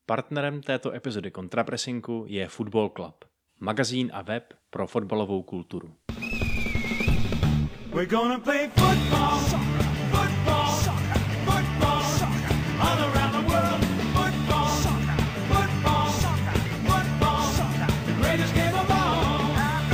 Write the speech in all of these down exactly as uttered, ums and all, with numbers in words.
Partnerem této epizody Kontrapressingu je Football Club, magazín a web pro fotbalovou kulturu. We're gonna play football, football, football, all around the world. Football, football, football, the greatest game of all.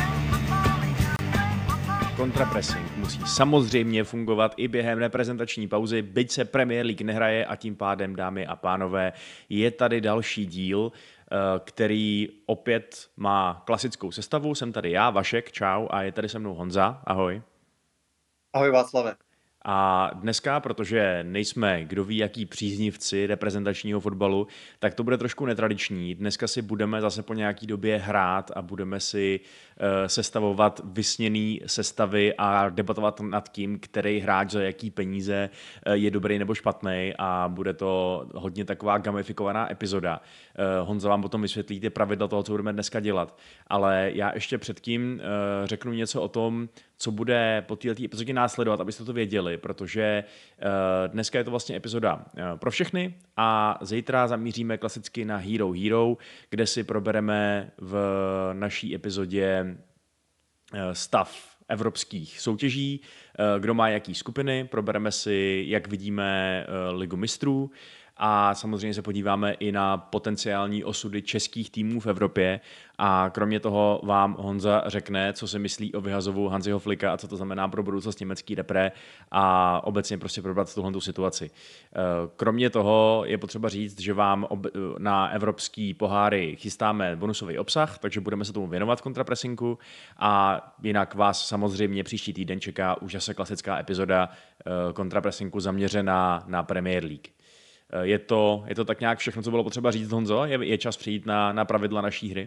Kontrapressing musí samozřejmě fungovat i během reprezentační pauzy, byť se Premier League nehraje a tím pádem, dámy a pánové, je tady další díl, který opět má klasickou sestavu. Jsem tady já, Vašek, čau, a je tady se mnou Honza, ahoj. Ahoj Václave. A dneska, protože nejsme kdo ví jaký příznivci reprezentačního fotbalu, tak to bude trošku netradiční. Dneska si budeme zase po nějaký době hrát a budeme si uh, sestavovat vysněný sestavy a debatovat nad tím, který hráč za jaký peníze uh, je dobrý nebo špatný, a bude to hodně taková gamifikovaná epizoda. Uh, Honza vám potom vysvětlí ty pravidla toho, co budeme dneska dělat. Ale já ještě předtím uh, řeknu něco o tom, co bude po této epizodě následovat, abyste to věděli, protože uh, dneska je to vlastně epizoda uh, pro všechny a zítra zamíříme klasicky na Hero Hero, kde si probereme v naší epizodě uh, stav evropských soutěží, uh, kdo má jaký skupiny, probereme si, jak vidíme uh, Ligu mistrů, a samozřejmě se podíváme i na potenciální osudy českých týmů v Evropě, a kromě toho vám Honza řekne, co si myslí o vyhazovu Hanziho Flicka a co to znamená pro budoucnost německý repre a obecně prostě probrat tuhle situaci. Kromě toho je potřeba říct, že vám na evropský poháry chystáme bonusový obsah, takže budeme se tomu věnovat v kontrapressingu, a jinak vás samozřejmě příští týden čeká už zase klasická epizoda kontrapressingu zaměřená na Premier League. Je to, je to tak nějak všechno, co bylo potřeba říct, Honzo? Je, je čas přijít na, na pravidla naší hry?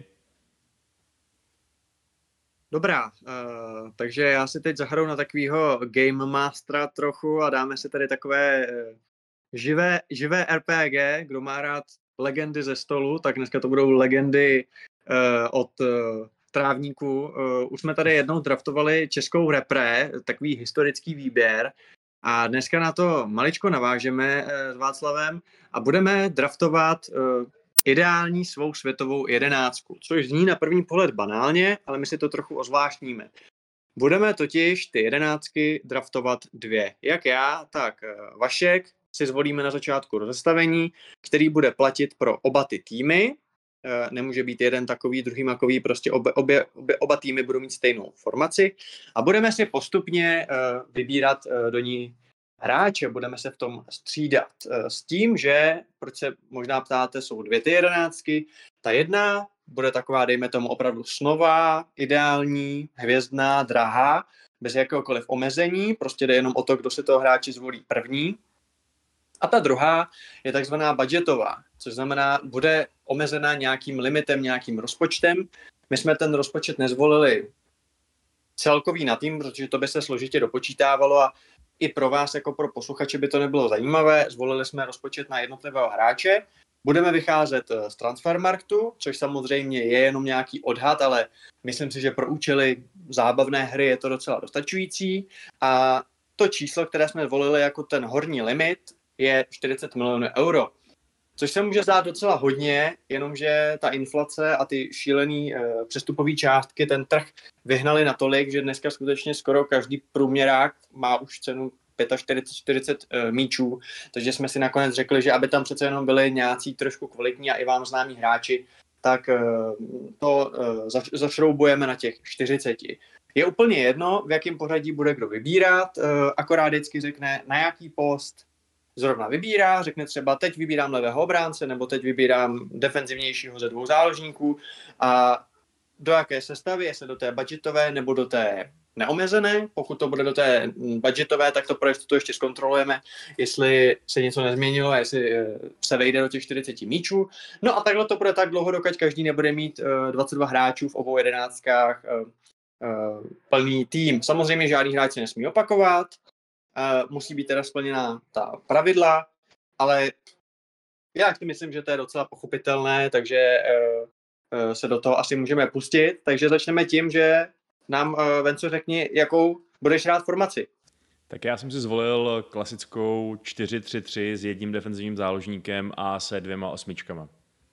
Dobrá, uh, takže já si teď zahraju na takovýho Game Mastera trochu a dáme si tady takové uh, živé, živé R P G. Kdo má rád legendy ze stolu, tak dneska to budou legendy uh, od uh, trávníků. Uh, už jsme tady jednou draftovali českou repre, takový historický výběr. A dneska na to maličko navážeme e, s Václavem a budeme draftovat e, ideální svou světovou jedenáctku, což zní na první pohled banálně, ale my si to trochu ozvláštníme. Budeme totiž ty jedenáctky draftovat dvě. Jak já, tak e, Vašek si zvolíme na začátku rozestavení, který bude platit pro oba ty týmy. E, nemůže být jeden takový, druhý makový, prostě obě, obě, obě, oba týmy budou mít stejnou formaci a budeme si postupně e, vybírat e, do ní hráče, budeme se v tom střídat. E, s tím, že, proč se možná ptáte, jsou dvě ty jedenáctky, ta jedna bude taková, dejme tomu, opravdu snová, ideální, hvězdná, drahá, bez jakéhokoliv omezení, prostě jde jenom o to, kdo si toho hráče zvolí první. A ta druhá je takzvaná budgetová, což znamená, bude omezená nějakým limitem, nějakým rozpočtem. My jsme ten rozpočet nezvolili celkový na tým, protože to by se složitě dopočítávalo a i pro vás, jako pro posluchače, by to nebylo zajímavé. Zvolili jsme rozpočet na jednotlivého hráče. Budeme vycházet z Transfermarktu, což samozřejmě je jenom nějaký odhad, ale myslím si, že pro účely zábavné hry je to docela dostačující. A to číslo, které jsme zvolili jako ten horní limit, je čtyřicet milionů euro. Což se může zdát docela hodně, jenomže ta inflace a ty šílený e, přestupové částky ten trh vyhnali natolik, že dneska skutečně skoro každý průměrák má už cenu čtyřicet pět čtyřicet e, míčů, takže jsme si nakonec řekli, že aby tam přece jenom byli nějací trošku kvalitní a i vám známí hráči, tak e, to e, zaš, zašroubujeme na těch čtyřiceti. Je úplně jedno, v jakém pořadí bude kdo vybírat, e, akorát vždycky řekne, na jaký post zrovna vybírá, řekne třeba teď vybírám levého obránce nebo teď vybírám defenzivnějšího ze dvou záložníků a do jaké sestavy, jestli do té budgetové nebo do té neomezené. Pokud to bude do té budgetové, tak to pro jistotu ještě zkontrolujeme, jestli se něco nezměnilo, jestli se vejde do těch čtyřiceti míčů. No a takhle to bude tak dlouho, dokud každý nebude mít dvacet dva hráčů v obou jedenáctkách plný tým. Samozřejmě žádný hráč se nesmí opakovat, Uh, musí být teda splněná ta pravidla, ale já si myslím, že to je docela pochopitelné, takže uh, uh, se do toho asi můžeme pustit. Takže začneme tím, že nám, uh, Venco, řekni, jakou budeš rád formaci. Tak já jsem si zvolil klasickou čtyři tři tři s jedním defenzivním záložníkem a se dvěma osmičkama.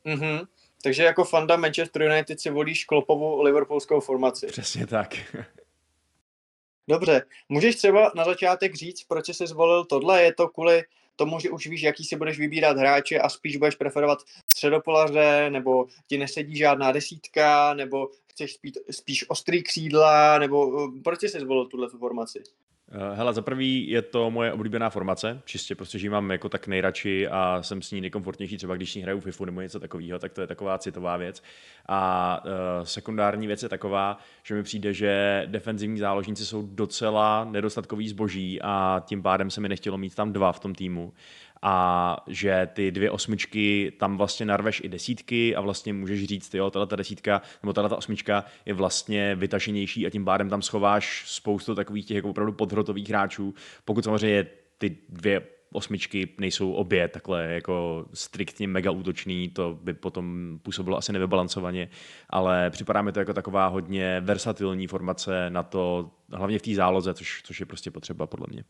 Mm-hmm. Takže jako fanda Manchester United si volíš Kloppovu liverpoolskou formaci. Přesně tak. Dobře, můžeš třeba na začátek říct, proč jsi zvolil tohle? Je to kvůli tomu, že už víš, jaký si budeš vybírat hráče a spíš budeš preferovat středopolaře, nebo ti nesedí žádná desítka, nebo chceš spíš, spíš ostrý křídla, nebo proč jsi zvolil tuhle formaci? Hele, za prvý je to moje oblíbená formace, čistě prostě, že ji mám jako tak nejradši a jsem s ní nejkomfortnější, třeba když s ní hraju FIFU nebo něco takového, tak to je taková citová věc. A uh, sekundární věc je taková, že mi přijde, že defenzivní záložníci jsou docela nedostatkový zboží a tím pádem se mi nechtělo mít tam dva v tom týmu. A že ty dvě osmičky tam vlastně narveš i desítky a vlastně můžeš říct, jo, tato desítka nebo tato osmička je vlastně vytaženější a tím pádem tam schováš spoustu takových těch jako opravdu podhrotových hráčů, pokud samozřejmě ty dvě osmičky nejsou obě takhle jako striktně mega útočný, to by potom působilo asi nevybalancovaně, ale připadá mi to jako taková hodně versatilní formace na to, hlavně v té záloze, což, což je prostě potřeba podle mě.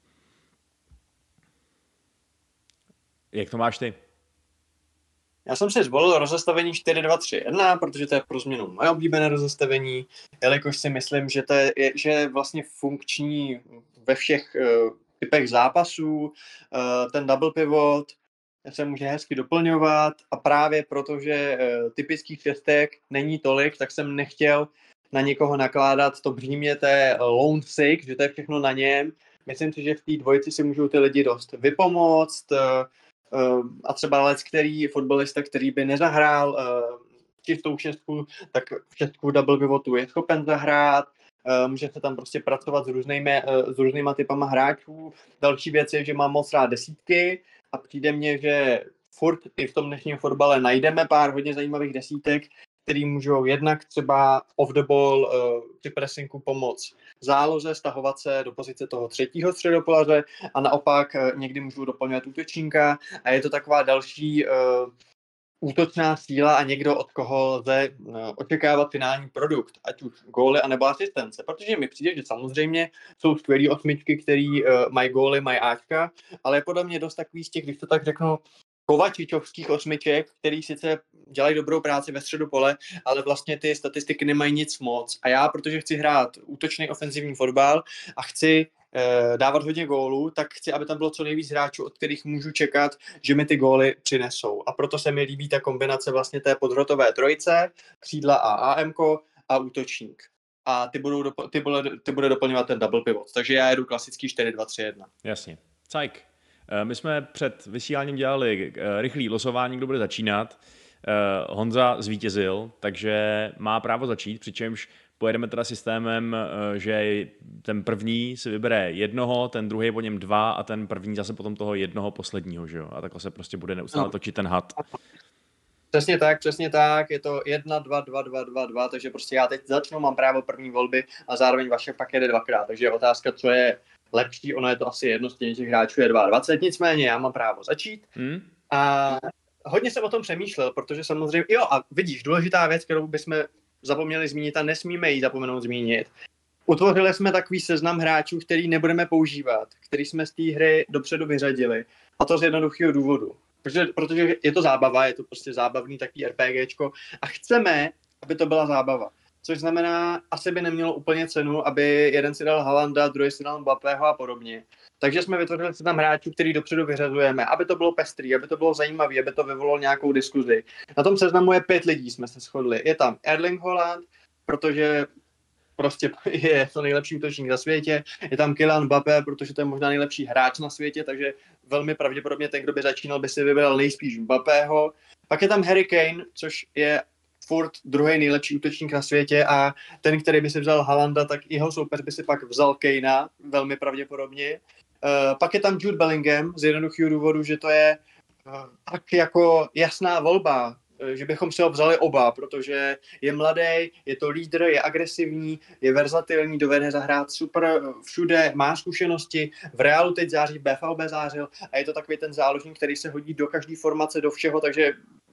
Jak to máš ty? Já jsem si zvolil rozestavení čtyři dva tři jedna, protože to je pro změnu moje oblíbené rozestavení, jelikož si myslím, že to je, že je vlastně funkční ve všech uh, typech zápasů. Uh, ten double pivot se může hezky doplňovat a právě protože uh, typických šestek není tolik, tak jsem nechtěl na někoho nakládat to břímě té lone six, že to je všechno na něm. Myslím si, že v té dvojici si můžou ty lidi dost vypomoct, uh, a třeba lec, který fotbalista, který by nezahrál uh, čistou šestku, tak v šestku double pivotu je schopen zahrát, uh, může se tam prostě pracovat s různými, uh, s různýma typama hráčů. Další věc je, že mám moc rád desítky a přijde mně, že furt i v tom dnešním fotbale najdeme pár hodně zajímavých desítek, který můžou jednak třeba off the ball uh, při pressingu pomoct záloze, stahovat se do pozice toho třetího středopolaře a naopak uh, někdy můžou doplňovat útočníka a je to taková další uh, útočná síla a někdo, od koho lze uh, očekávat finální produkt, ať už góly anebo asistence, protože mi přijde, že samozřejmě jsou skvělý osmičky, který uh, mají góly, mají áčka, ale je podle mě dost takový z těch, když to tak řeknu, kovačičovských osmiček, který sice dělají dobrou práci ve středu pole, ale vlastně ty statistiky nemají nic moc. A já, protože chci hrát útočný ofenzivní fotbal a chci eh, dávat hodně gólů, tak chci, aby tam bylo co nejvíc hráčů, od kterých můžu čekat, že mi ty góly přinesou. A proto se mi líbí ta kombinace vlastně té podhrotové trojice, křídla a AMko a útočník. A ty, budou dopo- ty, bude, ty bude doplňovat ten double pivot. Takže já jedu klasický čtyři dva tři jedna. Jasně. Cajk. My jsme před vysíláním dělali rychlý losování, kdo bude začínat. Honza zvítězil, takže má právo začít, přičemž pojedeme teda systémem, že ten první si vybere jednoho, ten druhý po něm dva a ten první zase potom toho jednoho posledního, že jo? A takhle se prostě bude neustále no. točit ten had. Přesně tak, přesně tak, je to jedna, dva, dva, dva, dva, dva, takže prostě já teď začnu, mám právo první volby a zároveň vaše pak jede dvakrát, takže je otázka, co je lepší, ono je to asi jedno, z těch hráčů je dvacet dva, nicméně já mám právo začít hmm. a hodně jsem o tom přemýšlel, protože samozřejmě, jo a vidíš, důležitá věc, kterou bychom zapomněli zmínit a nesmíme ji zapomenout zmínit. Utvořili jsme takový seznam hráčů, který nebudeme používat, který jsme z té hry dopředu vyřadili a to z jednoduchého důvodu. Protože, protože je to zábava, je to prostě zábavný takový RPGčko a chceme, aby to byla zábava. Což znamená, asi by nemělo úplně cenu, aby jeden si dal Haalanda, druhý si dal Mbappého a podobně. Takže jsme vytvořili se tam hráčů, který dopředu vyřazujeme, aby to bylo pestrý, aby to bylo zajímavé, aby to vyvolalo nějakou diskuzi. Na tom seznamu je pět lidí, jsme se shodli. Je tam Erling Haaland, protože prostě je to nejlepší útočník na světě. Je tam Kylian Mbappé, protože to je možná nejlepší hráč na světě, takže velmi pravděpodobně ten, kdo by začínal, by si vybral nejspíš Mbappého. Pak je tam Harry Kane, což je furt druhý nejlepší útočník na světě a ten, který by si vzal Haalanda, tak jeho soupeř by si pak vzal Kanea, velmi pravděpodobně. Uh, pak je tam Jude Bellingham z jednoduchého důvodu, že to je uh, tak jako jasná volba, že bychom si ho vzali oba, protože je mladý, je to lídr, je agresivní, je verzatilní, dovede zahrát super všude, má zkušenosti, v Realu teď září, v B V B zářil a je to takový ten záložník, který se hodí do každé formace, do všeho, takže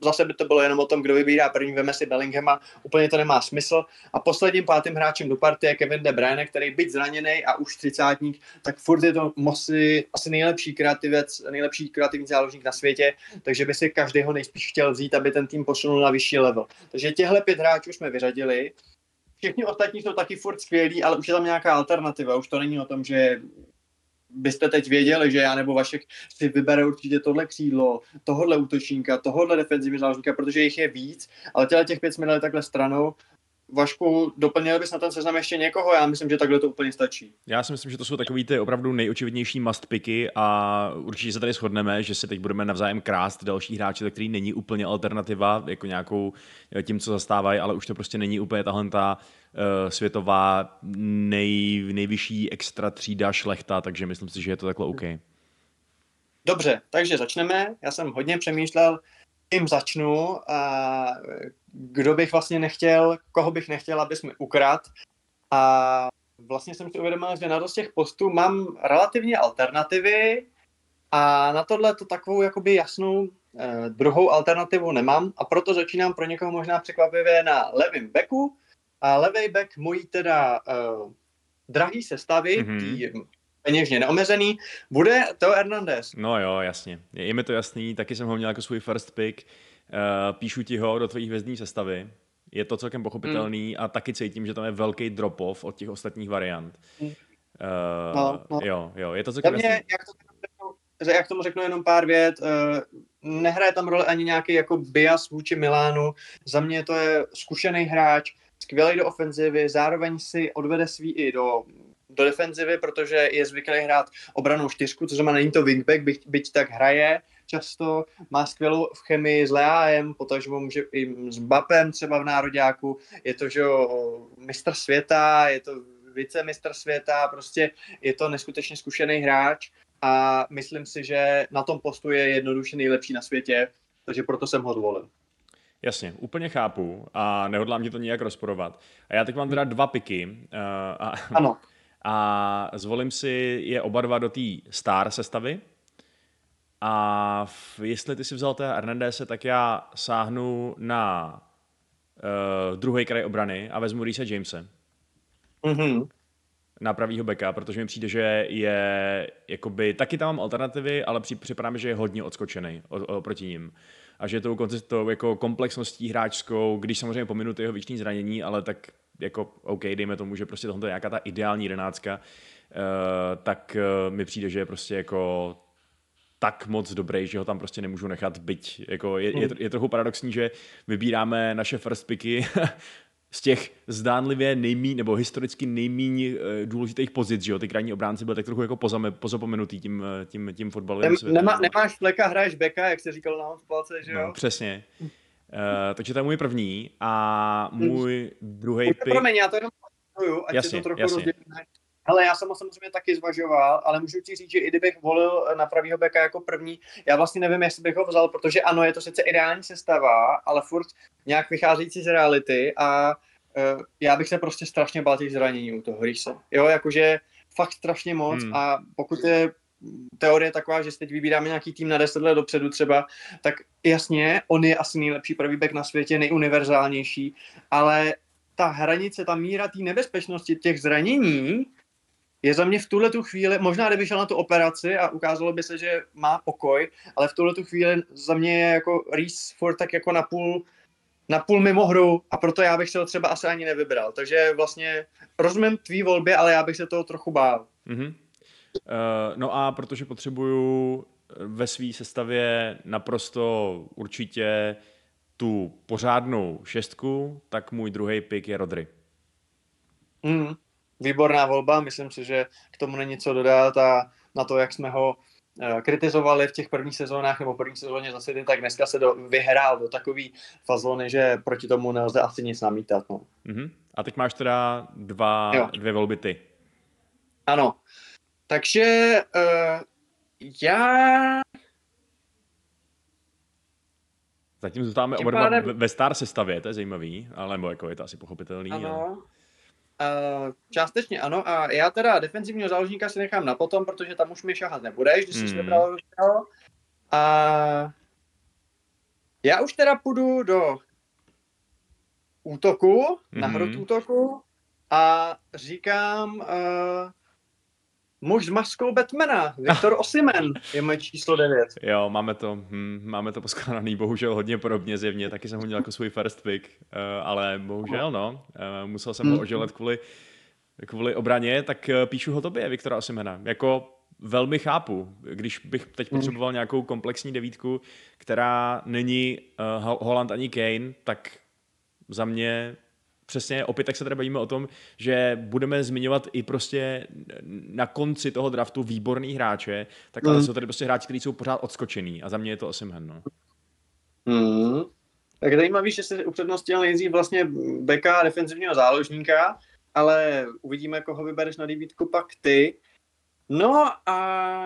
zase by to bylo jenom o tom, kdo vybírá první, veme si Bellinghama, úplně to nemá smysl. A posledním pátým hráčem do party je Kevin De Bruyne, který byť zraněný a už třicátník, tak furt je to moci asi nejlepší kreativec, nejlepší kreativní záložník na světě, takže by si každý ho nejspíš chtěl vzít, aby ten tým posunul na vyšší level. Takže těhle pět hráčů jsme vyřadili. Všichni ostatní jsou taky furt skvělí, ale už je tam nějaká alternativa. Už to není o tom, že byste teď věděli, že já nebo Vašek si vybere určitě tohle křídlo, tohle útočníka, tohle defenzivní záložníka, protože jich je víc, ale těle těch pět jsme dali takhle stranou. Vašku, doplnil bys na ten seznam ještě někoho? Já myslím, že takhle to úplně stačí. Já si myslím, že to jsou takový ty opravdu nejočividnější must picky a určitě se tady shodneme, že si teď budeme navzájem krást další hráče, který není úplně alternativa, jako nějakou tím, co zastávají, ale už to prostě není úplně tahle ta uh, světová nej, nejvyšší extra třída šlechta, takže myslím si, že je to takhle OK. Dobře, takže začneme. Já jsem hodně přemýšlel, tím začnu a kdo bych vlastně nechtěl, koho bych nechtěl, abys mi ukradl. A vlastně jsem si uvědomil, že na dost těch postů mám relativně alternativy a na tohle to takovou jakoby jasnou eh, druhou alternativu nemám a proto začínám pro někoho možná překvapivě na levém backu a levý back mojí teda eh, drahý sestavy, mm-hmm. tý, peněžně neomezený, bude Theo Hernandez. No jo, jasně. Je, je mi to jasný, taky jsem ho měl jako svůj first pick. Uh, píšu ti ho do tvojí hvězdní sestavy. Je to celkem pochopitelný mm. a taky cítím, že tam je velký drop-off od těch ostatních variant. Uh, no, no. Jo, jo, je to celkem jasný. Jak, to, jak tomu řeknu jenom pár vět, uh, nehraje tam roli ani nějaký jako bias vůči Milánu. Za mě to je zkušený hráč, skvělý do ofenzivy, zároveň si odvede svý i do do defenzivy, protože je zvyklý hrát obranou čtyřku, to znamená, není to wingback, byť, byť tak hraje často, má skvělou v chemii s Leáem, potažmo může i s Mbappem třeba v nároďáku, je to, že jo, mistr světa, je to vicemistr světa, prostě je to neskutečně zkušený hráč a myslím si, že na tom postu je jednoduše nejlepší na světě, takže proto jsem ho zvolil. Jasně, úplně chápu a nehodlám ti to nijak rozporovat. A já teď mám teda dva piky. Uh, a... Ano. A zvolím si je oba dva do té star sestavy. A v, jestli ty si vzal té Hernandese, tak já sáhnu na uh, druhý kraj obrany a vezmu Reese Jamese. Mm-hmm. Na pravýho beka, protože mi přijde, že je jakoby, taky tam mám alternativy, ale připadá mi, že je hodně odskočený oproti ním. A že je tou, tou jako komplexností hráčskou, když samozřejmě pominu ty jeho věčný zranění, ale tak jako OK, dejme tomu, že prostě tohle je nějaká ta ideální jedenáctka, uh, tak uh, mi přijde, že je prostě jako tak moc dobrý, že ho tam prostě nemůžu nechat byť. Jako je, je, je trochu paradoxní, že vybíráme naše first picky z těch zdánlivě nejmíň, nebo historicky nejmíň uh, důležitých pozic, že jo, ty krajní obránci byly tak trochu jako pozame, pozapomenutý tím, tím, tím fotbalovým světem. Nemá, nemáš fleka, hraješ beka, jak se říkalo na Honspalce, že jo? No, přesně. Uh, takže to je můj první a můj druhý pick... Promiň, já to jenom pojďuju, ať jasně, si to trochu jasně. rozdělíme. Hele, já jsem ho samozřejmě taky zvažoval, ale můžu ti říct, že i kdybych volil na pravýho beka jako první, já vlastně nevím, jestli bych ho vzal, protože ano, je to sice ideální sestava, ale furt nějak vycházející z reality a uh, já bych se prostě strašně bál těch zranění u toho Reese. Jo, jakože fakt strašně moc hmm. a pokud je teorie taková, že si teď vybíráme nějaký tým na deset let dopředu třeba, tak jasně, on je asi nejlepší pravý back na světě, nejuniverzálnější, ale ta hranice, ta míra té nebezpečnosti těch zranění je za mě v tuhle tu chvíli, možná kdyby šel na tu operaci a ukázalo by se, že má pokoj, ale v tuhle tu chvíli za mě je jako Reese furt tak jako napůl, napůl mimo hru a proto já bych se ho třeba asi ani nevybral. Takže vlastně rozumím tvý volbě, ale já bych se toho trochu bál. Mm-hmm. Uh, no a protože potřebuju ve své sestavě naprosto určitě tu pořádnou šestku, tak můj druhý pick je Rodri. Mm, výborná volba, myslím si, že k tomu není co dodat a na to, jak jsme ho uh, kritizovali v těch prvních sezónách nebo první sezóně zase, tak dneska se do, vyhrál do takový fazony, že proti tomu nelze asi nic namítat. No. Mm-hmm. A teď máš teda dva, dvě volby ty. Ano. Takže uh, já... Zatím zůstáváme oba dva pádem... ve star sestavě, to je zajímavý, ale jako je to asi pochopitelný. Ano, ale... uh, částečně ano a já teda defenzivního záložníka si nechám na potom, protože tam už mi šahat nebudeš, když jsi mm. vybral. A Já už teda půjdu do útoku, na hrot Mhm. útoku a říkám uh, muž s maskou Batmana, Viktor Osimhen je moje číslo devět. Jo, máme to, hm, máme to poskládaný bohužel hodně podobně zjevně, taky jsem ho měl jako svůj first pick, uh, ale bohužel no, uh, musel jsem ho Hmm. oželet kvůli, kvůli obraně, tak uh, píšu ho tobě, Viktora Osimhena. Jako velmi chápu, když bych teď potřeboval nějakou komplexní devítku, která není uh, Holland ani Kane, tak za mě přesně opět tak se tady bavíme o tom, že budeme zmiňovat i prostě na konci toho draftu výborný hráče, tak ale Hmm. jsou tady prostě hráči, kteří jsou pořád odskočený a za mě je to Osimhen, no. Hmm. Tak je zajímavý, že jsi upřednostnil nejdřív vlastně beka a defenzivního záložníka, ale uvidíme, koho vybereš na devítku pak ty. No a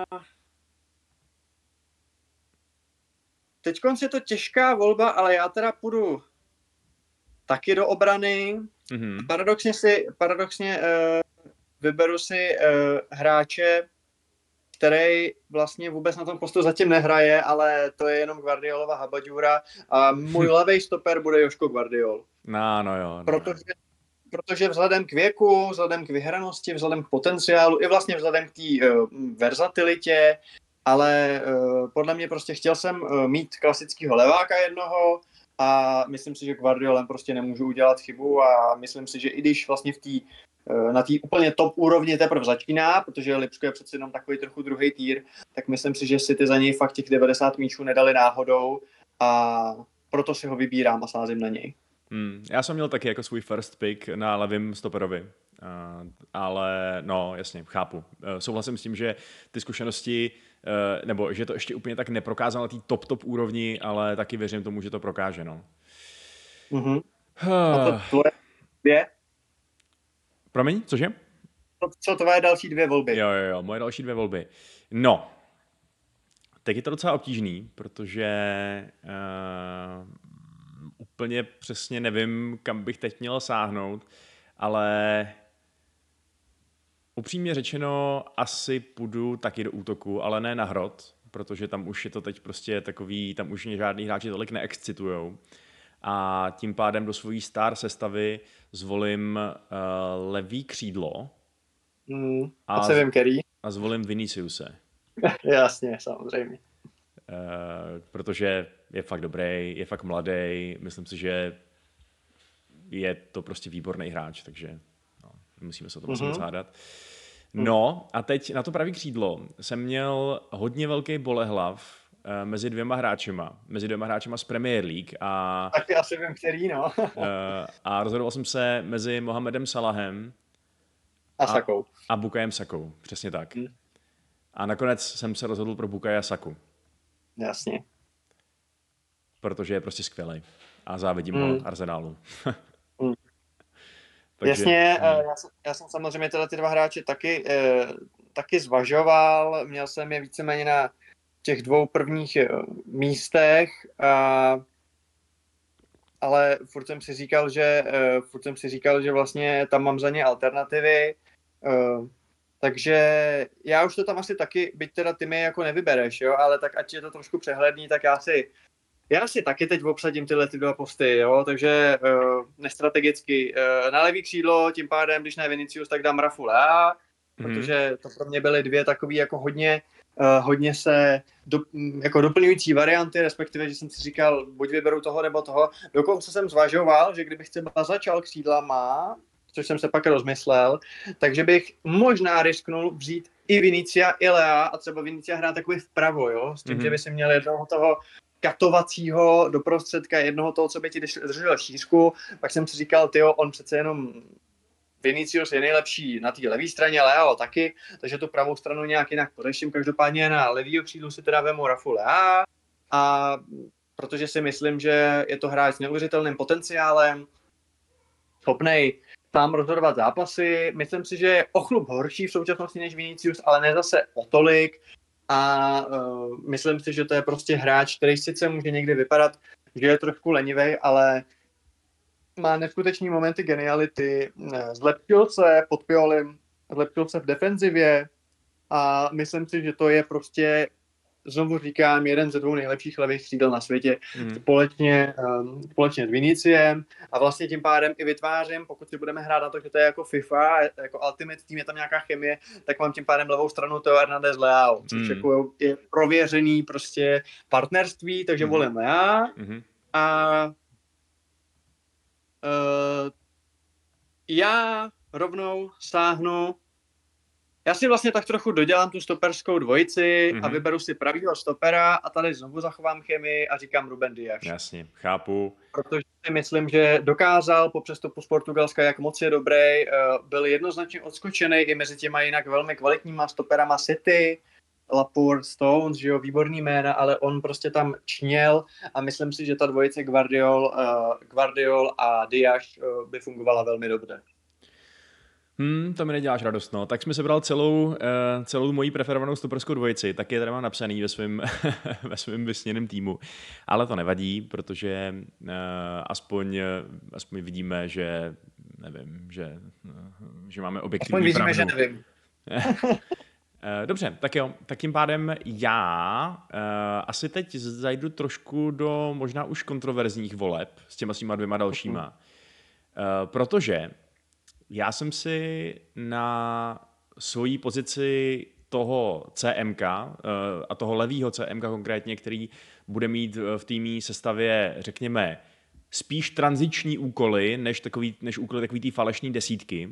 teď je to těžká volba, ale já teda půjdu taky do obrany. Mm-hmm. Paradoxně si, paradoxně uh, vyberu si uh, hráče, který vlastně vůbec na tom postu zatím nehraje, ale to je jenom Guardiolova habadžůra a můj levej stoper bude Joško Guardiol. No, no jo. No. Protože, protože vzhledem k věku, vzhledem k vyhranosti, vzhledem k potenciálu i vlastně vzhledem k té uh, verzatilitě, ale uh, podle mě prostě chtěl jsem uh, mít klasického leváka jednoho a myslím si, že Guardiolem prostě nemůžu udělat chybu a myslím si, že i když vlastně v té na té úplně top úrovni teprve začíná, protože Lipsko je přece jenom takový trochu druhý týr, tak myslím si, že si ty za něj fakt těch devadesát míčů nedali náhodou a proto si ho vybírám a sázím na něj. Hmm, já jsem měl taky jako svůj first pick na levém stoperovi, uh, ale no jasně, chápu. Uh, souhlasím s tím, že ty zkušenosti, uh, nebo že to ještě úplně tak neprokázal na té top top úrovni, ale taky věřím tomu, že to prokáže, no. Uh-huh. A to tvoje dvě? Promiň, cože? Co tvoje další dvě volby? Jo, jo, jo, moje další dvě volby. No, tak je to docela obtížný, protože uh, úplně přesně nevím, kam bych teď měl sáhnout, ale upřímně řečeno asi půjdu taky do útoku, ale ne na hrot, protože tam už je to teď prostě takový, tam už mě žádný hráči tolik neexcitujou. A tím pádem do svojí star sestavy zvolím uh, levý křídlo. Hmm, a se vím, který. A zvolím Viniciuse. Jasně, samozřejmě. Uh, protože je fakt dobrý, je fakt mladý, myslím si, že je to prostě výborný hráč, takže no, musíme se o tom mm-hmm. moc hádat. No a teď na to pravý křídlo jsem měl hodně velký bolehlav uh, mezi dvěma hráčema, mezi dvěma hráčema z Premier League a tak já si vím, který, no. uh, a rozhodoval jsem se mezi Mohamedem Salahem a Sakou. A, a Bukajem Sakou, přesně tak. Hmm. A nakonec jsem se rozhodl pro Bukaja Saku. Jasně. Protože je prostě skvělý. A závidím hmm. ho Arsenalu. hmm. Takže, Jasně, hmm. já, jsem, já jsem samozřejmě tyhle ty dva hráče taky, eh, taky zvažoval. Měl jsem je víceméně na těch dvou prvních eh, místech. A, ale furt jsem si říkal, že eh, furt jsem si říkal, že vlastně tam mám za ně alternativy. Eh, Takže já už to tam asi taky, byť teda ty mi jako nevybereš, jo, ale tak ať je to trošku přehledný, tak já si, já si taky teď obsadím tyhle ty dva posty, jo, takže uh, nestrategicky uh, na levý křídlo, tím pádem, když ne Vinicius, tak dám Rafu Lea, mm. protože to pro mě byly dvě takový jako hodně, uh, hodně se do, jako doplňující varianty, respektive, že jsem si říkal, buď vyberu toho nebo toho, dokonce jsem zvažoval, že kdybych třeba začal křídlama, což jsem se pak rozmyslel, takže bych možná risknul vzít i Vinicia, i Lea a třeba Vinicia hrát takový vpravo, jo, s tím, mm-hmm. že by si měl jednoho toho katovacího do prostředka, jednoho toho, co by ti držel šířku, pak jsem si říkal, tyjo, on přece jenom Vinicius je nejlepší na té levé straně, Leo taky, takže tu pravou stranu nějak jinak podeším, každopádně na levýho křídlu si teda vemu Rafu Lea a protože si myslím, že je to hráč s neuvěřitelným potenciálem, schopnej tam rozhodovat zápasy. Myslím si, že je o chlup horší v současnosti než Vinicius, ale ne zase o tolik. A uh, myslím si, že to je prostě hráč, který sice může někdy vypadat, že je trošku lenivej, ale má neskutečný momenty geniality. Zlepšil se pod Piolim, zlepšil se v defenzivě a myslím si, že to je prostě znovu říkám, jeden ze dvou nejlepších levých křídel na světě, Mm. společně, um, společně s Viniciem a vlastně tím pádem i vytvářím, pokud si budeme hrát na to, že to je jako FIFA, jako Ultimate Team, je tam nějaká chemie, tak mám tím pádem levou stranu Theo Hernandez Leao, což Mm. jako je prověřený prostě partnerství, takže Mm. volím já Mm. a uh, já rovnou sáhnu. Já si vlastně tak trochu dodělám tu stoperskou dvojici mm-hmm. a vyberu si pravýho stopera a tady znovu zachovám chemii a říkám Ruben Dias. Jasně, chápu. Protože si myslím, že dokázal po přestupu z Portugalska, jak moc je dobrý, byl jednoznačně odskočený i mezi těma jinak velmi kvalitníma stoperama City, Laporte, Stones, že jo, výborný jména, ale on prostě tam čněl a myslím si, že ta dvojice Guardiol, uh, Guardiol a Dias uh, by fungovala velmi dobře. Hmm, to mi neděláš radost, no. Tak jsme sebral celou, uh, celou moji preferovanou stoperskou dvojici, tak je tady mám napsaný ve svém ve svém vysněném týmu. Ale to nevadí, protože uh, aspoň, aspoň vidíme, že nevím, že, uh, že máme objektivní aspoň vidíme, pravdu. že nevím. Dobře, tak jo, tak tím pádem já uh, asi teď zajdu trošku do možná už kontroverzních voleb s těma svýma dvěma dalšíma. Uh, protože já jsem si na svojí pozici toho C M K uh, a toho levýho C M K konkrétně, který bude mít v týmí sestavě, řekněme, spíš tranziční úkoly, než, takový, než úkoly takový té falešné desítky, uh,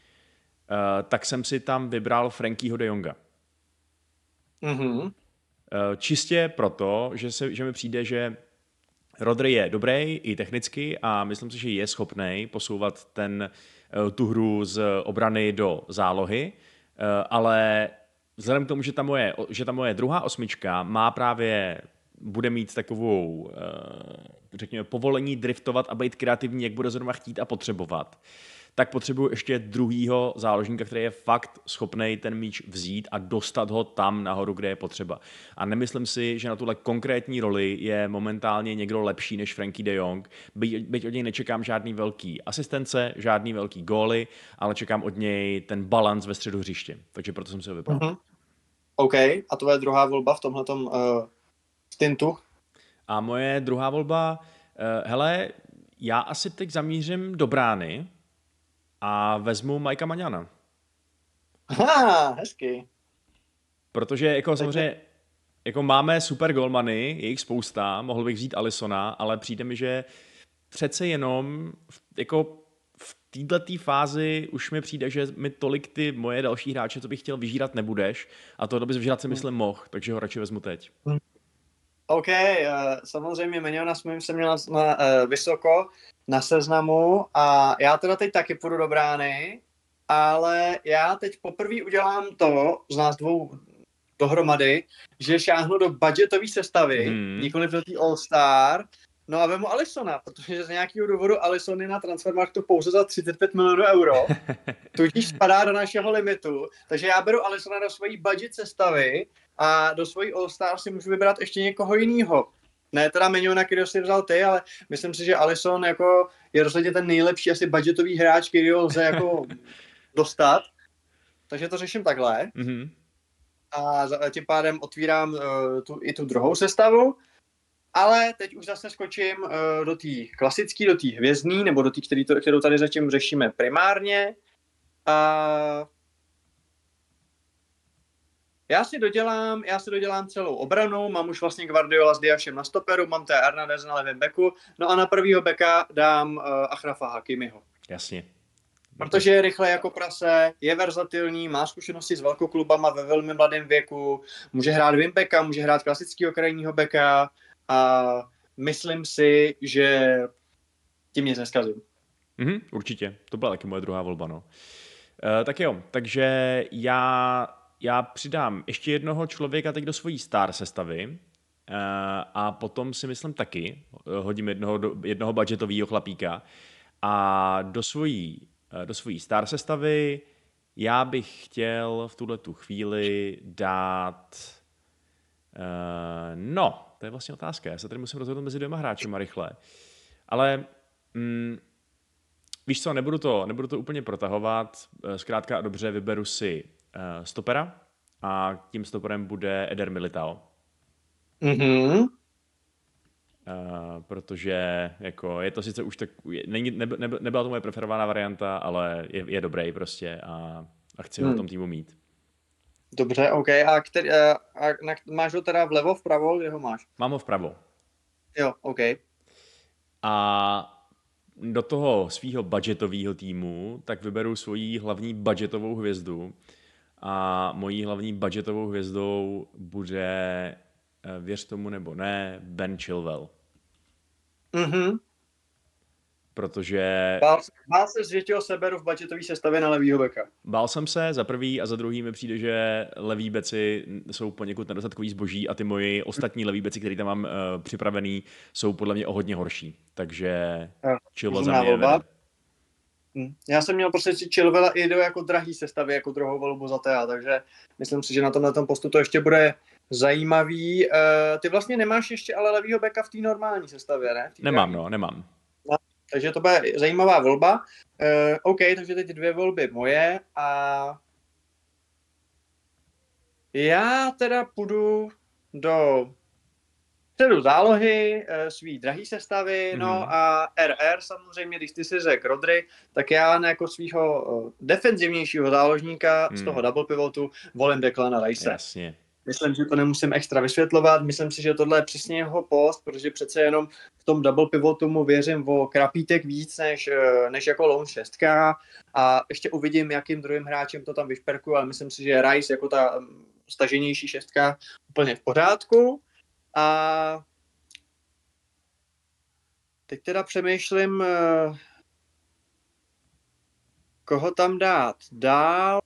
tak jsem si tam vybral Frankyho de Jonga. Mm-hmm. Uh, čistě proto, že, se, že mi přijde, že Rodri je dobrý i technicky a myslím si, že je schopný posouvat ten, tu hru z obrany do zálohy, ale vzhledem k tomu, že ta moje, že ta moje druhá osmička má právě, bude mít takovou, řekněme, povolení driftovat a být kreativní, jak bude zrovna chtít a potřebovat, tak potřebuji ještě druhýho záložníka, který je fakt schopný ten míč vzít a dostat ho tam nahoru, kde je potřeba. A nemyslím si, že na tuhle konkrétní roli je momentálně někdo lepší než Frenkie de Jong. Byť, byť od něj nečekám žádný velký asistence, žádný velký góly, ale čekám od něj ten balans ve středu hřiště. Takže proto jsem si ho vybral. Mm-hmm. OK, a tvoje druhá volba v tomhletom uh, stintu? A moje druhá volba, uh, hele, já asi teď zamířím do brány, a vezmu Majka Maňana. Ha, hezky. Protože jako samozřejmě jako máme super golmany, je jich spousta, mohl bych vzít Alissona, ale přijde mi, že přece jenom v, jako v této fázi už mi přijde, že mi tolik ty moje další hráče, co bych chtěl vyžírat, nebudeš a tohle bys vyžírat si myslím mohl, takže ho radši vezmu teď. OK, uh, samozřejmě Maňona jsem měl na, na, uh, vysoko na seznamu a já teda teď taky půjdu do brány, ale já teď poprvé udělám to z nás dvou dohromady, že šáhnu do budgetové sestavy, hmm. nikoliv do té All-Star, no a vemu Alissona, protože z nějakého důvodu Alisson je na Transfermarktu pouze za třicet pět milionů euro, tudíž spadá do našeho limitu, takže já beru Alissona do svojí budget sestavy a do svojí All-Star si můžu vybrat ještě někoho jiného. Ne teda Maňona, který si vzal ty, ale myslím si, že Alisson jako je rozhodně ten nejlepší asi budgetový hráč, který ho lze jako dostat. Takže to řeším takhle. Mm-hmm. A tím pádem otvírám uh, tu, i tu druhou sestavu. Ale teď už zase skočím uh, do té klasické, do té hvězdní, nebo do té, kterou tady zatím řešíme primárně. A Já si dodělám, já si dodělám celou obranu, mám už vlastně Guardiola s Diasem na stoperu, mám Theo Hernandez na levém beku, no a na prvýho beka dám uh, Achrafa Hakimiho. Jasně. Protože je rychle jako prase, je verzatilní, má zkušenosti s velkoklubama ve velmi mladém věku, může hrát wingbacka, může hrát klasického krajního beka a myslím si, že tím nic neskazím. Mm-hmm, určitě, to byla taky moje druhá volba, no. Uh, tak jo, takže já... Já přidám ještě jednoho člověka teď do svojí star sestavy a potom si myslím taky, hodím jednoho, jednoho budgetového chlapíka a do svojí, do svojí star sestavy já bych chtěl v tuhletu chvíli dát... No, to je vlastně otázka, já se tady musím rozhodnout mezi dvěma hráčema rychle, ale... Mm, víš co, nebudu to, nebudu to úplně protahovat, zkrátka a dobře vyberu si stopera a tím stoperem bude Eder Militao. Mhm. Uh, protože jako je to sice už tak, je, není, nebe, nebe, nebyla to moje preferovaná varianta, ale je, je dobrý prostě a, a chci ho v Hmm. tom týmu mít. Dobře, OK. A, který, a, a na, máš ho teda vlevo, vpravo, kde ho máš? Mám ho vpravo. Jo, OK. A do toho svého budgetového týmu tak vyberu svoji hlavní budgetovou hvězdu a mojí hlavní budgetovou hvězdou bude, eh, věř tomu nebo ne, Ben Chilwell. Mhm. Protože Bál, bál se, že ti ho seberu v budgetové sestavě na levýho beka. bál jsem se za prvý a za druhý mi přijde, že leví beci jsou poněkud nedostatkový zboží a ty moji ostatní leví beci, který tam mám uh, připravený, jsou podle mě o hodně horší. Takže Jo, Chilwell za rozumná mě volba. vede. Hm. Já jsem měl prostě si Chilwella i do jako drahý sestavy, jako druhou volbu za T A, takže myslím si, že na tomhle tom postu to ještě bude zajímavý. Uh, ty vlastně nemáš ještě ale levýho beka v té normální sestavě, ne? V té Nemám, drahý. no, nemám. No, takže to bude zajímavá volba. Uh, OK, takže teď dvě volby moje a já teda půjdu do středu zálohy, uh, svý drahý sestavy, Mhm. no a R R samozřejmě, když ty si řekl Rodry, tak já na jako svýho uh, defenzivnějšího záložníka z Hmm. toho double pivotu volím Declana Rice. Jasně. Myslím, že to nemusím extra vysvětlovat, myslím si, že tohle je přesně jeho post, protože přece jenom v tom double pivotu mu věřím o krapítek víc, než, eh, než jako lone šestka a ještě uvidím, jakým druhým hráčem to tam vyšperkuju, ale myslím si, že Rice jako ta mm, staženější šestka úplně v pořádku a teď teda přemýšlím, eh, koho tam dát dál.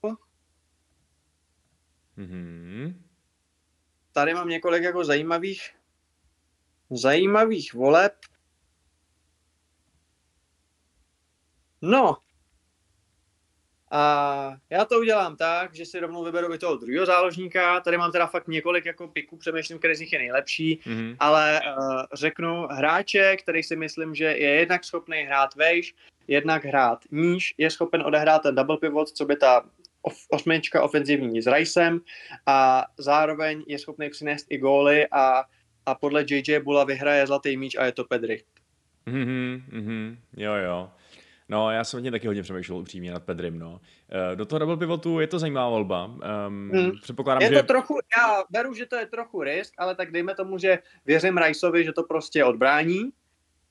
Mhm. Tady mám několik jako zajímavých zajímavých voleb. No. A já to udělám tak, že si rovnou vyberu i toho druhého záložníka. Tady mám teda fakt několik jako piků, přemýšlím, který z nich je nejlepší, Mhm. ale uh, řeknu hráče, který si myslím, že je jednak schopný hrát vejš, jednak hrát níž, je schopen odehrát ten double pivot, co by ta of, osmička ofenzivní s Ricem a zároveň je schopný přinést i góly a, a podle J J Bula vyhraje zlatý míč a je to Pedri. Mhm, mhm, jo, jo. No, já jsem o něm taky hodně přemýšlel upřímně nad Pedrim, no. Eh, Do toho double pivotu je to zajímavá volba. Um, Hmm. Předpokládám, Je že... to trochu, já beru, že to je trochu risk, ale tak dejme tomu, že věřím Riceovi, že to prostě odbrání. Uh,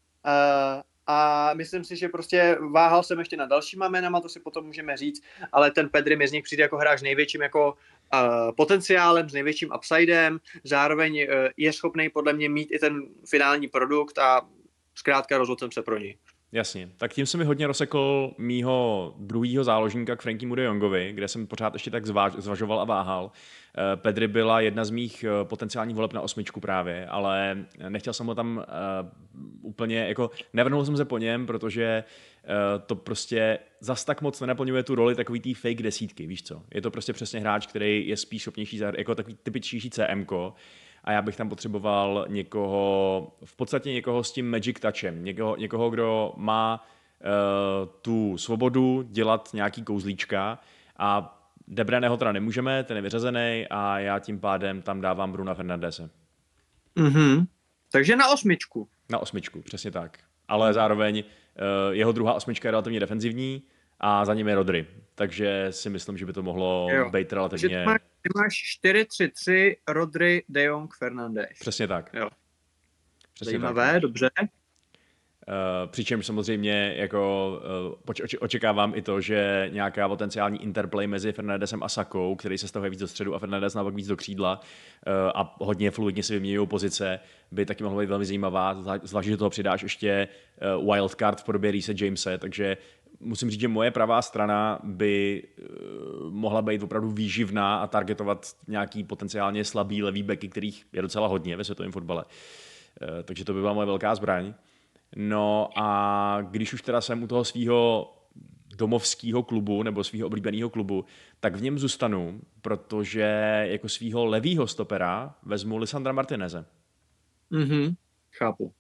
a myslím si, že prostě váhal jsem ještě na dalšíma jménama, to si potom můžeme říct, ale ten Pedri mi z nich přijde jako hráč s největším jako uh, potenciálem, s největším upsidem, zároveň uh, je schopný podle mě mít i ten finální produkt a zkrátka rozhodl jsem se pro něj. Jasně, tak tím se mi hodně rozsekl mýho druhýho záložníka k Frankiemu de Jongovi, kde jsem pořád ještě tak zváž, zvažoval a váhal. Eh, Pedri byla jedna z mých eh, potenciálních voleb na osmičku právě, ale nechtěl jsem ho tam uh, úplně, jako nevrhnul jsem se po něm, protože uh, to prostě zas tak moc nenaplňuje tu roli takový tý fake desítky, víš co? Je to prostě přesně hráč, který je spíš schopnější, jako takový typičtější C M ko, a já bych tam potřeboval někoho, v podstatě někoho s tím magic touchem, někoho, někoho kdo má uh, tu svobodu dělat nějaký kouzlíčka a De Bruyneho teda nemůžeme, ten je vyřazený a já tím pádem tam dávám Bruna Fernandese. Mm-hmm. Takže na osmičku. Na osmičku, přesně tak. Ale zároveň uh, jeho druhá osmička je relativně defenzivní a za ním je Rodri. Takže si myslím, že by to mohlo Jo. být relativně... Takže ty máš, ty máš čtyři tři tři, Rodri, De Jong, Fernandes. Přesně tak. Jo. Přesně Zajímavé, tak. dobře. Uh, přičemž samozřejmě jako uh, oč- očekávám i to, že nějaká potenciální interplay mezi Fernandesem a Sakou, který se stavuje víc do středu a Fernandes naopak víc do křídla uh, a hodně fluidně si vyměňují pozice, by taky mohla být velmi zajímavá, zvlášť, že do toho přidáš ještě uh, wildcard v podobě Reese Jamese, takže musím říct, že moje pravá strana by uh, mohla být opravdu výživná a targetovat nějaký potenciálně slabý levý backy, kterých je docela hodně ve světovém fotbale. Uh, takže to by byla moje velká zbraň. No a když už teda jsem u toho svého domovského klubu nebo svého oblíbeného klubu, tak v něm zůstanu, protože jako svého levýho stopera vezmu Lisandra Martineze. Mhm, chápu.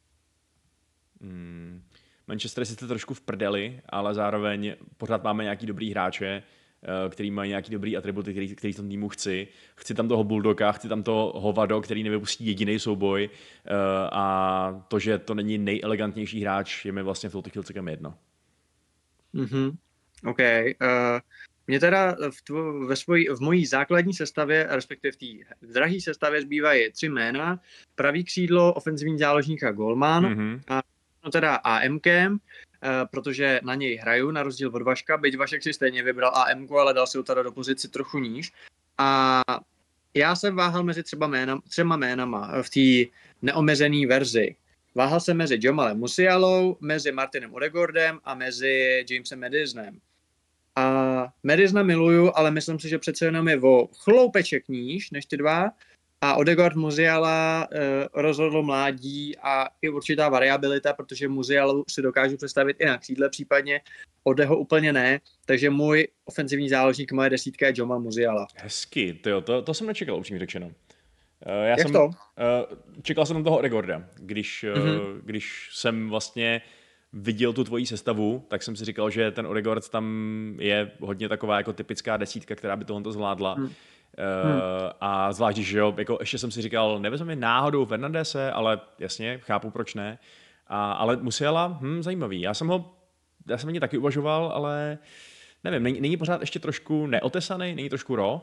Hmm. Manchester sice trošku v prdeli, ale zároveň pořád máme nějaký dobrý hráče který mají nějaký dobrý atributy, který, který v tom týmu chci. Chci tam toho Bulldoga, chci tam toho Hovado, který nevypustí jediný souboj a to, že to není nejelegantnější hráč, je mi vlastně v tuto chvíli celkem jedno. Mm-hmm. OK. Uh, mě teda v, tvo, ve svojí, v mojí základní sestavě, respektive v té drahé sestavě zbývají tři jména. Pravý křídlo, ofenzivní záložník a golman. Mm-hmm. A no teda AMkem, uh, protože na něj hraju, na rozdíl od Vaška, byť Vašek si stejně vybral AMku, ale dal si ho teda do pozici trochu níž. A já jsem váhal mezi třeba jména, třema jménama v té neomezené verzi. Váhal jsem mezi Jamalem Musialou, mezi Martinem Odegaardem a mezi Jamesem Madisonem. A Madisona miluju, ale myslím si, že přece jenom je o chloupeček níž než ty dva. A Odegaard Musiala eh, rozhodl mládí a i určitá variabilita, protože Musialu si dokážu představit i na křídle případně, Odeho úplně ne, takže můj ofenzivní záložník, moje desítka je Jamal Musiala. Hezky, tyjo, to, to jsem nečekal, upřímně řečeno. Uh, já Jak jsem, to? Uh, čekal jsem na toho Odegaarda, když, mm-hmm. uh, když jsem vlastně viděl tu tvoji sestavu, tak jsem si říkal, že ten Odegaard tam je hodně taková jako typická desítka, která by tohle zvládla. Mm. Uh, hmm. A zvlášť, že jo, jako ještě jsem si říkal, nevezme mi náhodou Fernandese, ale jasně, chápu, proč ne. A, ale Musiala, hm, zajímavý. Já jsem ho, já jsem ani taky uvažoval, ale nevím, není, není pořád ještě trošku neotesaný, není trošku raw?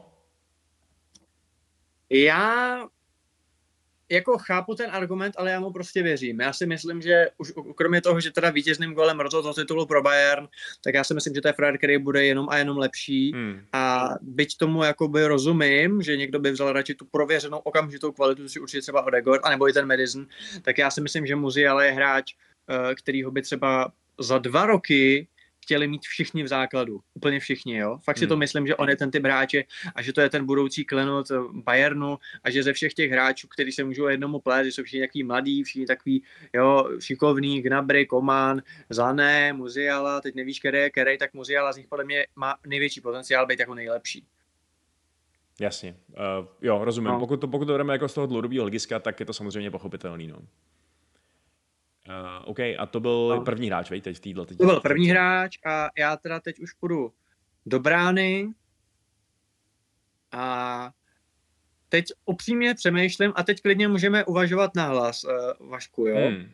Já jako chápu ten argument, ale já mu prostě věřím. Já si myslím, že už kromě toho, že teda vítězným golem rozhodl titulu pro Bayern, tak já si myslím, že to je frajer, který bude jenom a jenom lepší. Hmm. A byť tomu jakoby rozumím, že někdo by vzal radši tu prověřenou okamžitou kvalitu, si určitě třeba Odegaard, anebo i ten Madison, tak já si myslím, že Musiala je hráč, kterýho by třeba za dva roky chtěli mít všichni v základu. Úplně všichni, jo. Fakt si hmm. to myslím, že on je ten typ hráče a že to je ten budoucí klenot Bayernu a že ze všech těch hráčů, kteří se můžou jednomu plést, že jsou všichni takový mladí, všichni takový, jo, šikovný, Gnabry, Coman, Sané, Musiala, teď nevíš, který je který, tak Musiala z nich podle mě má největší potenciál být jako nejlepší. Jasně, uh, jo, rozumím. No. Pokud to, pokud to jdeme jako z toho dlouhodobého hlediska, tak je to samozřejmě pochopitelný, no. Uh, OK, a to byl no. první hráč, vej, teď v týdle. Teď to byl první hráč a já teda teď už půjdu do brány a teď upřímně přemýšlím a teď klidně můžeme uvažovat nahlas, uh, Vašku, jo. Hmm. Uh,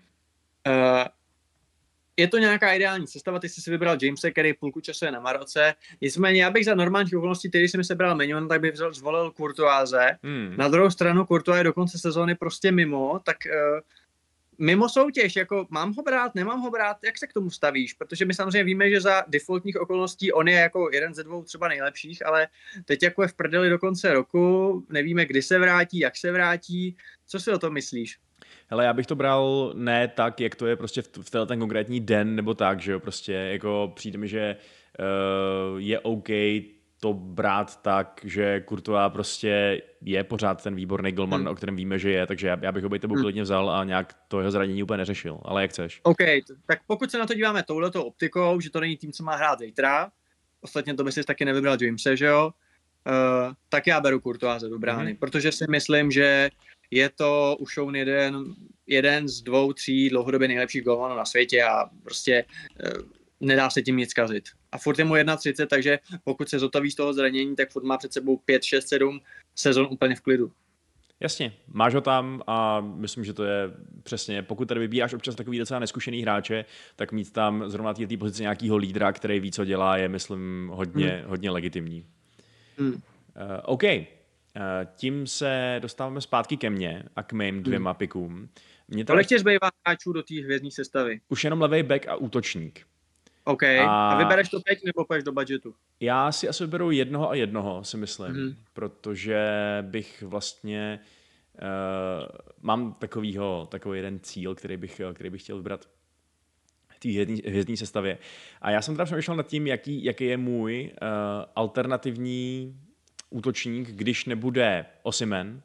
je to nějaká ideální sestava, ty jsi si vybral Jamese, který půlku času je na Maroce, nicméně já bych za normálních okolností, který jsem si sebral Mignon, tak bych vzal, zvolil Courtoise. Hmm. Na druhou stranu Courtois je do konce sezóny prostě mimo, tak uh, mimo soutěž, jako mám ho brát, nemám ho brát, jak se k tomu stavíš? Protože my samozřejmě víme, že za defaultních okolností on je jako jeden ze dvou třeba nejlepších, ale teď jako je v prdeli do konce roku, nevíme, kdy se vrátí, jak se vrátí. Co si o tom myslíš? Hele, já bych to bral ne tak, jak to je prostě v, v ten konkrétní den, nebo tak, že jo, prostě jako přijde mi, že uh, je OK to brát tak, že Courtois prostě je pořád ten výborný golman, hmm. o kterém víme, že je, takže já, já bych ho bejt tebou hmm. klidně vzal a nějak to jeho zranění úplně neřešil, ale jak chceš. OK, tak pokud se na to díváme touhletou optikou, že to není tým, co má hrát zítra, ostatně to by si taky nevybral Jamese, že jo, uh, tak já beru Courtoise do brány, hmm. protože si myslím, že je to už on jeden, jeden z dvou, tří dlouhodobě nejlepších golmanů na světě a prostě uh, nedá se tím nic kazit. A furt je mu jedna třicet, takže pokud se zotaví z toho zranění, tak furt má před sebou pět, šest, sedm sezon úplně v klidu. Jasně, máš ho tam a myslím, že to je přesně, pokud tady vybíráš občas takový docela neskušený hráče, tak mít tam zrovna té pozici nějakého lídra, který ví, co dělá, je, myslím, hodně, hmm. hodně legitimní. Hmm. Uh, OK, uh, tím se dostáváme zpátky ke mně a k mým dvěma hmm. pikům. Kolik tě zbývá hráčů do té hvězdní sestavy? Už jenom levej back a útočník. OK. A... a vybereš to teď nebo půjdeš do budgetu? Já si asi vyberu jednoho a jednoho, si myslím, mm-hmm. protože bych vlastně uh, mám takovýho, takový jeden cíl, který bych, který bych chtěl vybrat v té hvězdní sestavě. A já jsem teda přemýšlel nad tím, jaký, jaký je můj uh, alternativní útočník, když nebude Osimhen.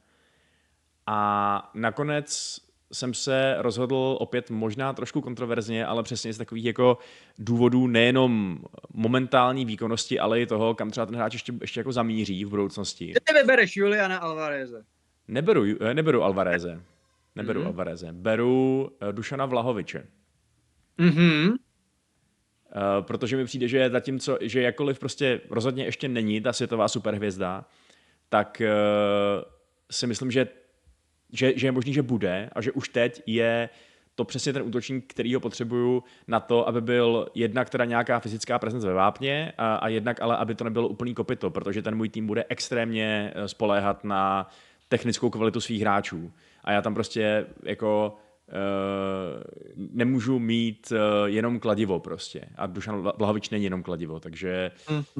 A nakonec jsem se rozhodl opět možná trošku kontroverzně, ale přesně z takových jako důvodů nejenom momentální výkonnosti, ale i toho, kam třeba ten hráč ještě, ještě jako zamíří v budoucnosti. Ty vybereš Juliana Alvareze. Neberu, neberu Alvareze. Neberu mm-hmm. Alvareze. Beru uh, Dušana Vlahoviče. Mhm. Uh, Uh, protože mi přijde, že zatímco, že jakkoliv prostě rozhodně ještě není ta světová superhvězda, tak uh, si myslím, že, že, že je možný, že bude a že už teď je to přesně ten útočník, který ho potřebuju na to, aby byl jednak teda nějaká fyzická prezence ve vápně a, a jednak ale, aby to nebylo úplný kopyto, protože ten můj tým bude extrémně spoléhat na technickou kvalitu svých hráčů. A já tam prostě jako uh, nemůžu mít uh, jenom kladivo prostě. A Dušan Vlahovič není jenom kladivo, takže mm-hmm.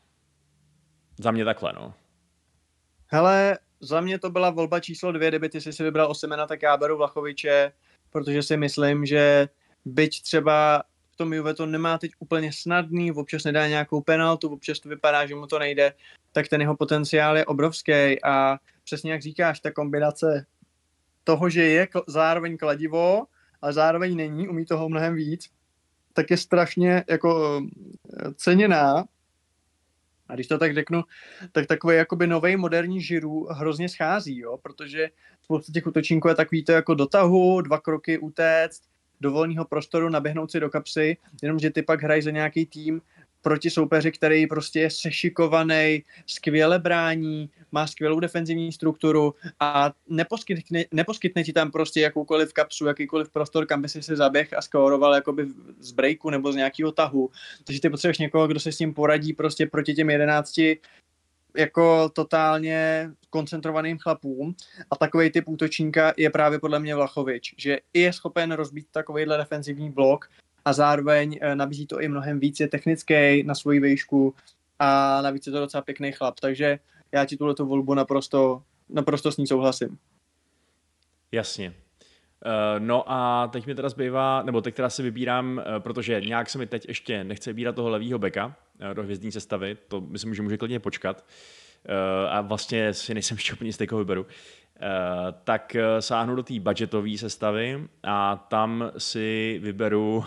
za mě takhle, no. Hele, za mě to byla volba číslo dvě, kdyby ty jsi si vybral Osimena, tak já beru Vlachoviče, protože si myslím, že byť třeba v tom Juve to nemá teď úplně snadný, občas nedá nějakou penaltu, občas to vypadá, že mu to nejde, tak ten jeho potenciál je obrovský a přesně jak říkáš, ta kombinace toho, že je zároveň kladivo, ale zároveň není, umí toho mnohem víc, tak je strašně jako ceněná. A když to tak řeknu, tak takový jakoby novej moderní Giroud hrozně schází, jo, protože spousta těch útočníků je takový to jako do tahu, dva kroky utéct, do volného prostoru naběhnout si do kapsy, jenomže ty pak hrají za nějaký tým proti soupeři, který prostě je sešikovaný, skvěle brání, má skvělou defenzivní strukturu a neposkytne, neposkytne ti tam prostě jakoukoliv kapsu, jakýkoliv prostor, kam by si se zaběh a skóroval jakoby z breaku nebo z nějakého tahu. Takže ty potřebuješ někoho, kdo se s tím poradí prostě proti těm jedenácti jako totálně koncentrovaným chlapům a takovej typ útočníka je právě podle mě Vlachovič, že i je schopen rozbít takovejhle defenzivní blok a zároveň nabízí to i mnohem víc, je technický na svoji výšku a navíc je to docela pěkný chlap, takže já ti tuhletu volbu naprosto, naprosto s ní souhlasím. Jasně. Uh, no a teď mi teda zbývá, nebo teď teda si vybírám, uh, protože nějak se mi teď ještě nechce vybírat toho levýho beka uh, do hvězdní sestavy, to myslím, že může klidně počkat uh, a vlastně si nejsem ještě úplně jistý, koho vyberu. Uh, tak uh, sáhnu do té budgetové sestavy a tam si vyberu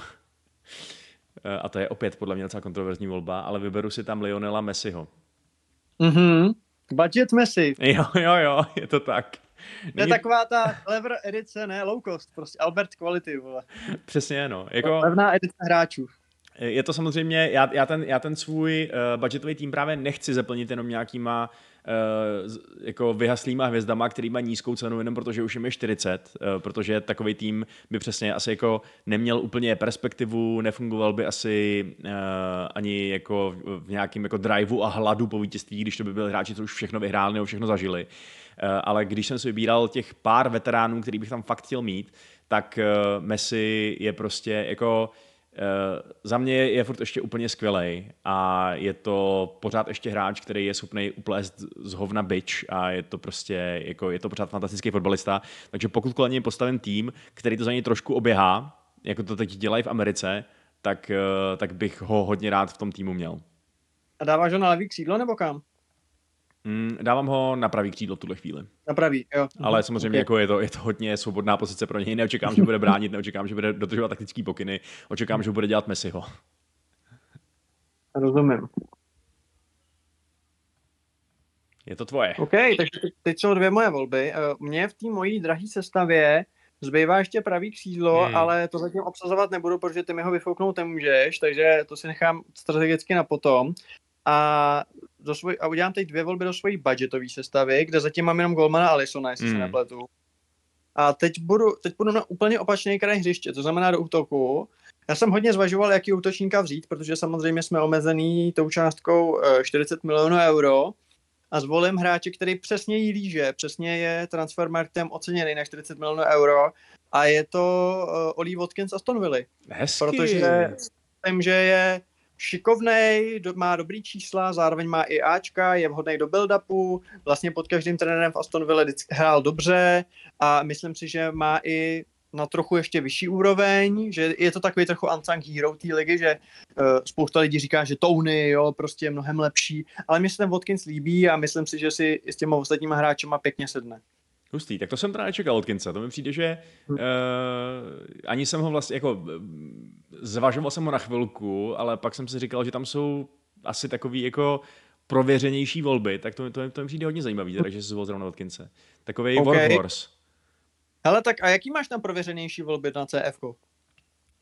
a to je opět podle mě docela kontroverzní volba, ale vyberu si tam Lionela Messiho. Mhm, budget Messi. Jo, jo, jo, je to tak. Není... To je taková ta clever edice, ne low cost, prostě Albert Quality, vole. Přesně, no. Jako... Levná edice hráčů. Je to samozřejmě, já, já, ten, já ten svůj uh, budgetový tým právě nechci zaplnit jenom nějakýma uh, jako vyhaslýma hvězdama, který má nízkou cenu jenom protože už jim je čtyřicet, uh, protože takový tým by přesně asi jako neměl úplně perspektivu, nefungoval by asi uh, ani jako v nějakým jako driveu a hladu po vítězství, když to by byli hráči, co už všechno vyhráli nebo všechno zažili. Uh, ale když jsem si vybíral těch pár veteránů, který bych tam fakt chtěl mít, tak uh, Messi je prostě jako Uh, za mě je furt ještě úplně skvělej a je to pořád ještě hráč, který je schopný uplést z hovna bič a je to prostě, jako je to pořád fantastický fotbalista, takže pokud kolem něj postavím tým, který to za něj trošku oběhá, jako to teď dělají v Americe, tak, uh, tak bych ho hodně rád v tom týmu měl. A dáváš ho na levý křídlo nebo kam? Mm, dávám ho na pravý křídlo v tuhle chvíli. Na pravý, jo. Ale samozřejmě okay. Jako je, to, je to hodně svobodná pozice pro něj. Neočekám, že bude bránit, neočekám, že bude dodržovat taktický pokyny. Očekám, že bude dělat Messiho. Rozumím. Je to tvoje. OK, takže teď jsou dvě moje volby. Mně v té mojí drahé sestavě zbývá ještě pravý křídlo, hmm. ale to zatím obsazovat nebudu, protože ty mi ho vyfouknout nemůžeš, takže to si nechám strategicky na potom. A, do svoj, a udělám teď dvě volby do svojí budgetové sestavy, kde zatím mám jenom Golmana a Alissona, jestli mm. se nepletu. A teď budu, teď budu na úplně opačný kraj hřiště, to znamená do útoku. Já jsem hodně zvažoval, jaký útočníka vzít, protože samozřejmě jsme omezený tou částkou čtyřicet milionů euro a zvolím hráče, který přesně jí líže, přesně je Transfermarktem oceněný na čtyřicet milionů euro a je to uh, Ollie Watkins z Aston Villa. Hezky. Protože myslím, že je šikovnej, do, má dobrý čísla, zároveň má i Ačka, je vhodný do build-upu, vlastně pod každým trenérem v Aston Villa hrál dobře a myslím si, že má i na trochu ještě vyšší úroveň, že je to takový trochu unsung hero té ligy, že uh, spousta lidí říká, že Tony, jo, prostě je mnohem lepší, ale mně se ten Watkins líbí a myslím si, že si s těma ostatníma hráčema pěkně sedne. Hustý, tak to jsem teda nečekal od Kince, to mi přijde, že uh, ani jsem ho vlastně, jako zvažoval jsem ho na chvilku, ale pak jsem si říkal, že tam jsou asi takový jako prověřenější volby, tak to, to, to mi přijde hodně zajímavý, teda, že jsi zvolil zrovna od Kince. Takovej okay. Warhorse. Hele, tak a jaký máš tam prověřenější volby na C F ko?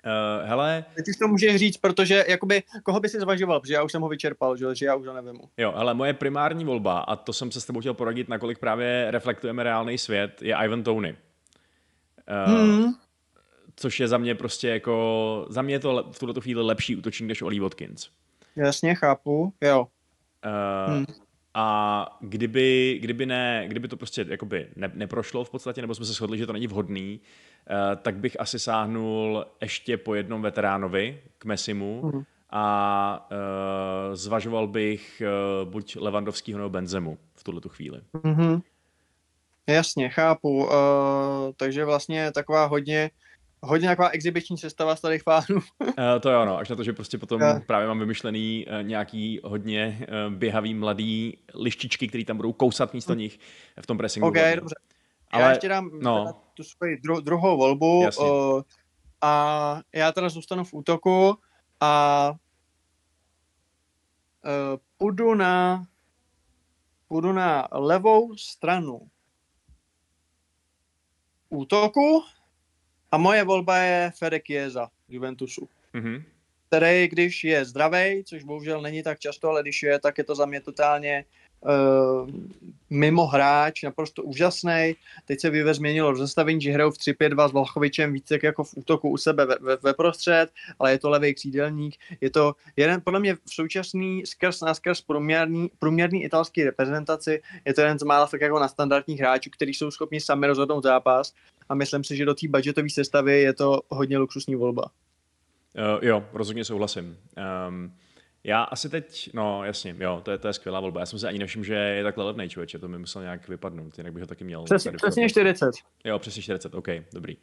Uh, hele... Teď už to můžeš říct, protože jakoby, koho by si zvažoval, protože já už jsem ho vyčerpal, že, že já už ho nevím. Jo, hele, moje primární volba, a to jsem se s tebou chtěl poradit, nakolik právě reflektujeme reálný svět, je Ivan Toney. Uh, Hmm. Což je za mě prostě jako, za mě je to v tuto chvíli lepší útočník než Ollie Watkins. Jasně, chápu, jo. Uh, hmm. A kdyby, kdyby, ne, kdyby to prostě jakoby ne, neprošlo v podstatě, nebo jsme se shodli, že to není vhodný, uh, tak bych asi sáhnul ještě po jednom veteránovi k Messimu hmm. a uh, zvažoval bych uh, buď Lewandowskýho nebo Benzemu v tuhletu chvíli. Mm-hmm. Jasně, chápu. Uh, takže vlastně taková hodně hodně taková exibiční sestava starých pánů. uh, to jo, no, až na to, že prostě potom uh. právě mám vymyšlený uh, nějaký hodně uh, běhavý mladý lištičky, který tam budou kousat místo nich v tom pressingu. Ok, hodně. dobře. Ale, já ještě dám no. tu svoji dru- druhou volbu uh, a já teda zůstanu v útoku a uh, půjdu na půjdu na levou stranu útoku a moje volba je Fede Chiesa Juventusu. Mm-hmm. Který, když je zdravý, což bohužel není tak často, ale když je, tak je to za mě totálně uh, mimo hráč, naprosto úžasný. Teď se Vive změnilo v zastavení, že hrajou v tři pět dva s Vlachovičem více jako v útoku u sebe ve, ve, ve prostřed, ale je to levý křídelník. Je to jeden, podle mě v současný skrz na skrz průměrný, průměrný italský reprezentaci, je to jeden z mála fakt jako na standardních hráčů, kteří jsou schopni sami rozhodnout zápas a myslím si, že do té budgetové sestavy je to hodně luxusní volba. Uh, jo, rozhodně souhlasím. Um, já asi teď, no jasně, jo, to je, to je skvělá volba. Já jsem si ani nevšiml, že je takhle levnej člověče, to mi musel nějak vypadnout, jinak bych ho taky měl. Přesně, přesně čtyřicet. Jo, přesně čtyřicet, ok, dobrý.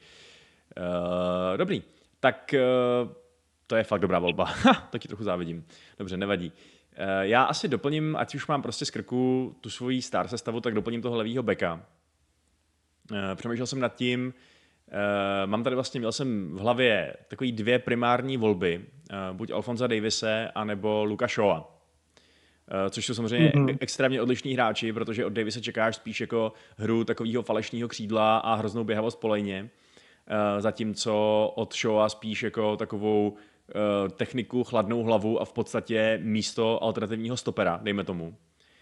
Uh, dobrý, tak uh, to je fakt dobrá volba, to ti trochu závidím. Dobře, nevadí. Uh, já asi doplním, ať už mám prostě z krku tu svoji star sestavu, tak doplním toho levýho beka. Uh, přemýšlel jsem nad tím, Uh, mám tady vlastně, měl jsem v hlavě takový dvě primární volby, uh, buď Alfonsa Davise, anebo Luka Shawa. Uh, což jsou samozřejmě mm-hmm. extrémně odlišní hráči, protože od Davise čekáš spíš jako hru takového falešného křídla a hroznou běhavost po lejně, uh, zatímco od Shawa spíš jako takovou uh, techniku, chladnou hlavu a v podstatě místo alternativního stopera, dejme tomu.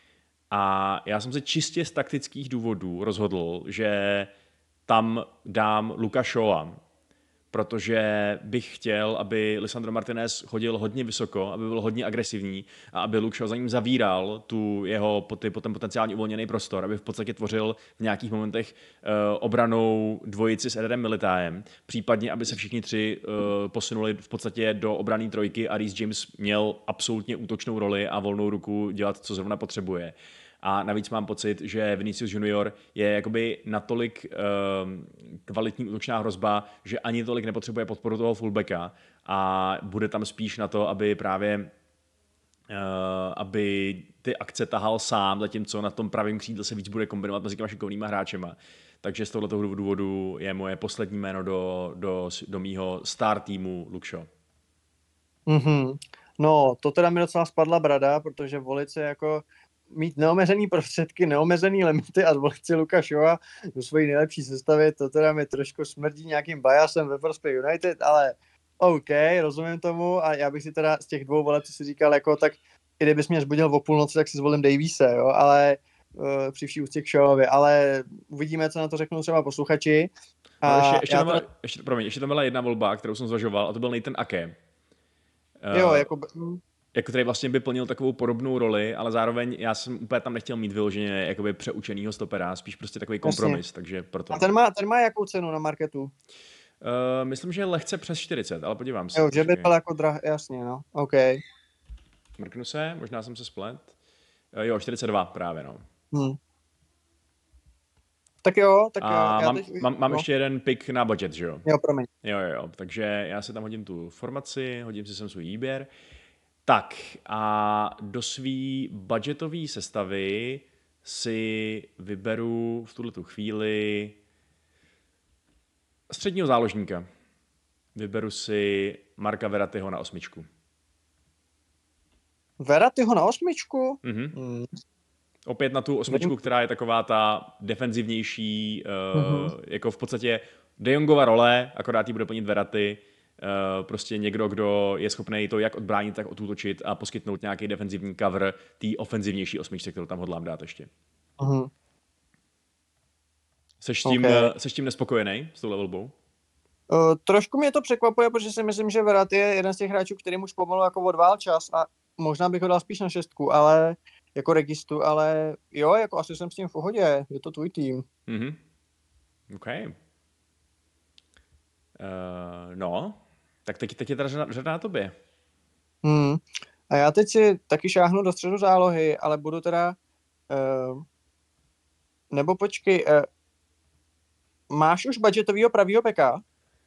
A já jsem se čistě z taktických důvodů rozhodl, že tam dám Luka Shawa, protože bych chtěl, aby Lisandro Martinez chodil hodně vysoko, aby byl hodně agresivní a aby Luke Shaw za ním zavíral tu jeho ten potenciálně uvolněný prostor, aby v podstatě tvořil v nějakých momentech uh, obranou dvojici s Ederem Militájem, případně aby se všichni tři uh, posunuli v podstatě do obranné trojky a Reece James měl absolutně útočnou roli a volnou ruku dělat, co zrovna potřebuje. A navíc mám pocit, že Vinicius Junior je jakoby natolik um, kvalitní útočná hrozba, že ani tolik nepotřebuje podporu toho fullbacka a bude tam spíš na to, aby právě uh, aby ty akce tahal sám, zatímco na tom pravém křídle se víc bude kombinovat mezi těma šikovnýma hráčema. Takže z tohoto důvodu je moje poslední jméno do, do, do mýho star týmu Luke Shaw. Mm-hmm. No, to teda mi docela spadla brada, protože volit se jako mít neomezený prostředky, neomezený limity a zvolit si Luka Shawa do svojí nejlepší sestavy, to teda mi trošku smrdí nějakým biasem ve prospěch United, ale OK, rozumím tomu a já bych si teda z těch dvou voleb, co si říkal, jako tak i kdybys mě zbudil o půlnoci, tak si zvolím Davise, jo, ale uh, při vší úctě k Shawovi, ale uvidíme, co na to řeknou třeba posluchači. A no, ještě, ještě, tam byla, teda... ještě, promiň, ještě tam byla jedna volba, kterou jsem zvažoval a to byl Nathan Ake. Uh... Jo, jako... jako který vlastně by plnil takovou podobnou roli, ale zároveň já jsem úplně tam nechtěl mít vyloženě jakoby přeučenýho stopera, spíš prostě takový kompromis, Jasně. takže proto. A ten má, ten má jakou cenu na marketu? Uh, myslím, že lehce přes čtyřicet, ale podívám se. Jo, že by byl jako drah, jasně, no, OK. Mrknu se, možná jsem se splet. Uh, jo, čtyřicet dva právě, no. Hmm. Tak jo, tak a já mám, teď... mám, mám no. ještě jeden pick na budget, že jo? Jo, promiň. Jo, jo, jo, takže já si tam hodím tu formaci, hodím si sem svůj výběr. Tak a do svý budgetové sestavy si vyberu v tuhletu chvíli středního záložníka. Vyberu si Marka Verrattiho na osmičku. Verrattiho na osmičku? Mhm. Mm. Opět na tu osmičku, která je taková ta defenzivnější, uh, mm-hmm. jako v podstatě De Jongova role, akorát jí bude plnit Verratti. prostě někdo, kdo je schopný to jak odbránit, tak odútočit a poskytnout nějaký defenzivní cover té ofenzivnější osmičce, kterou tam hodlám dát ještě. Uh-huh. Seš tím, Okay. seš tím nespokojený s touhle volbou? Uh, trošku mě to překvapuje, protože si myslím, že Verratti je jeden z těch hráčů, který už pomalu jako odvál čas a možná bych ho dal spíš na šestku, ale jako registu, ale jo, jako asi jsem s tím v pohodě, je to tvůj tým. Mhm. OK. Uh, no, tak teď, teď je teda řada, řada na tobě. Hmm. A já teď si taky šáhnu do středu zálohy, ale budu teda uh, nebo počkej, uh, máš už budgetovýho pravýho beka?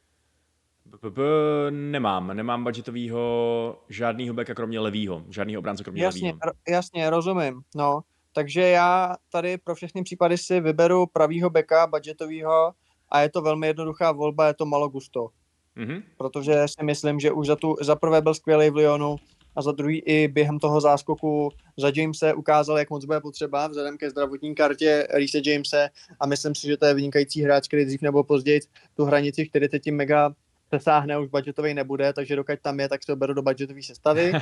Nemám, nemám budgetovýho žádnýho beka kromě levýho, žádnýho obránce kromě jasně, levýho. R- jasně, rozumím, no. Takže já tady pro všechny případy si vyberu pravýho beka, budgetovýho a je to velmi jednoduchá volba, je to Malo Gusto. Mm-hmm. Protože si myslím, že už za, tu, za prvé byl skvělý v Lyonu a za druhý i během toho záskoku za Jamese ukázal, jak moc bude potřeba vzhledem ke zdravotní kartě Reese Jamese a myslím si, že to je vynikající hráč, který dřív nebo později tu hranici čtyřicet mega přesáhne, už budgetový nebude, takže dokud tam je, tak se ho beru do budgetové sestavy.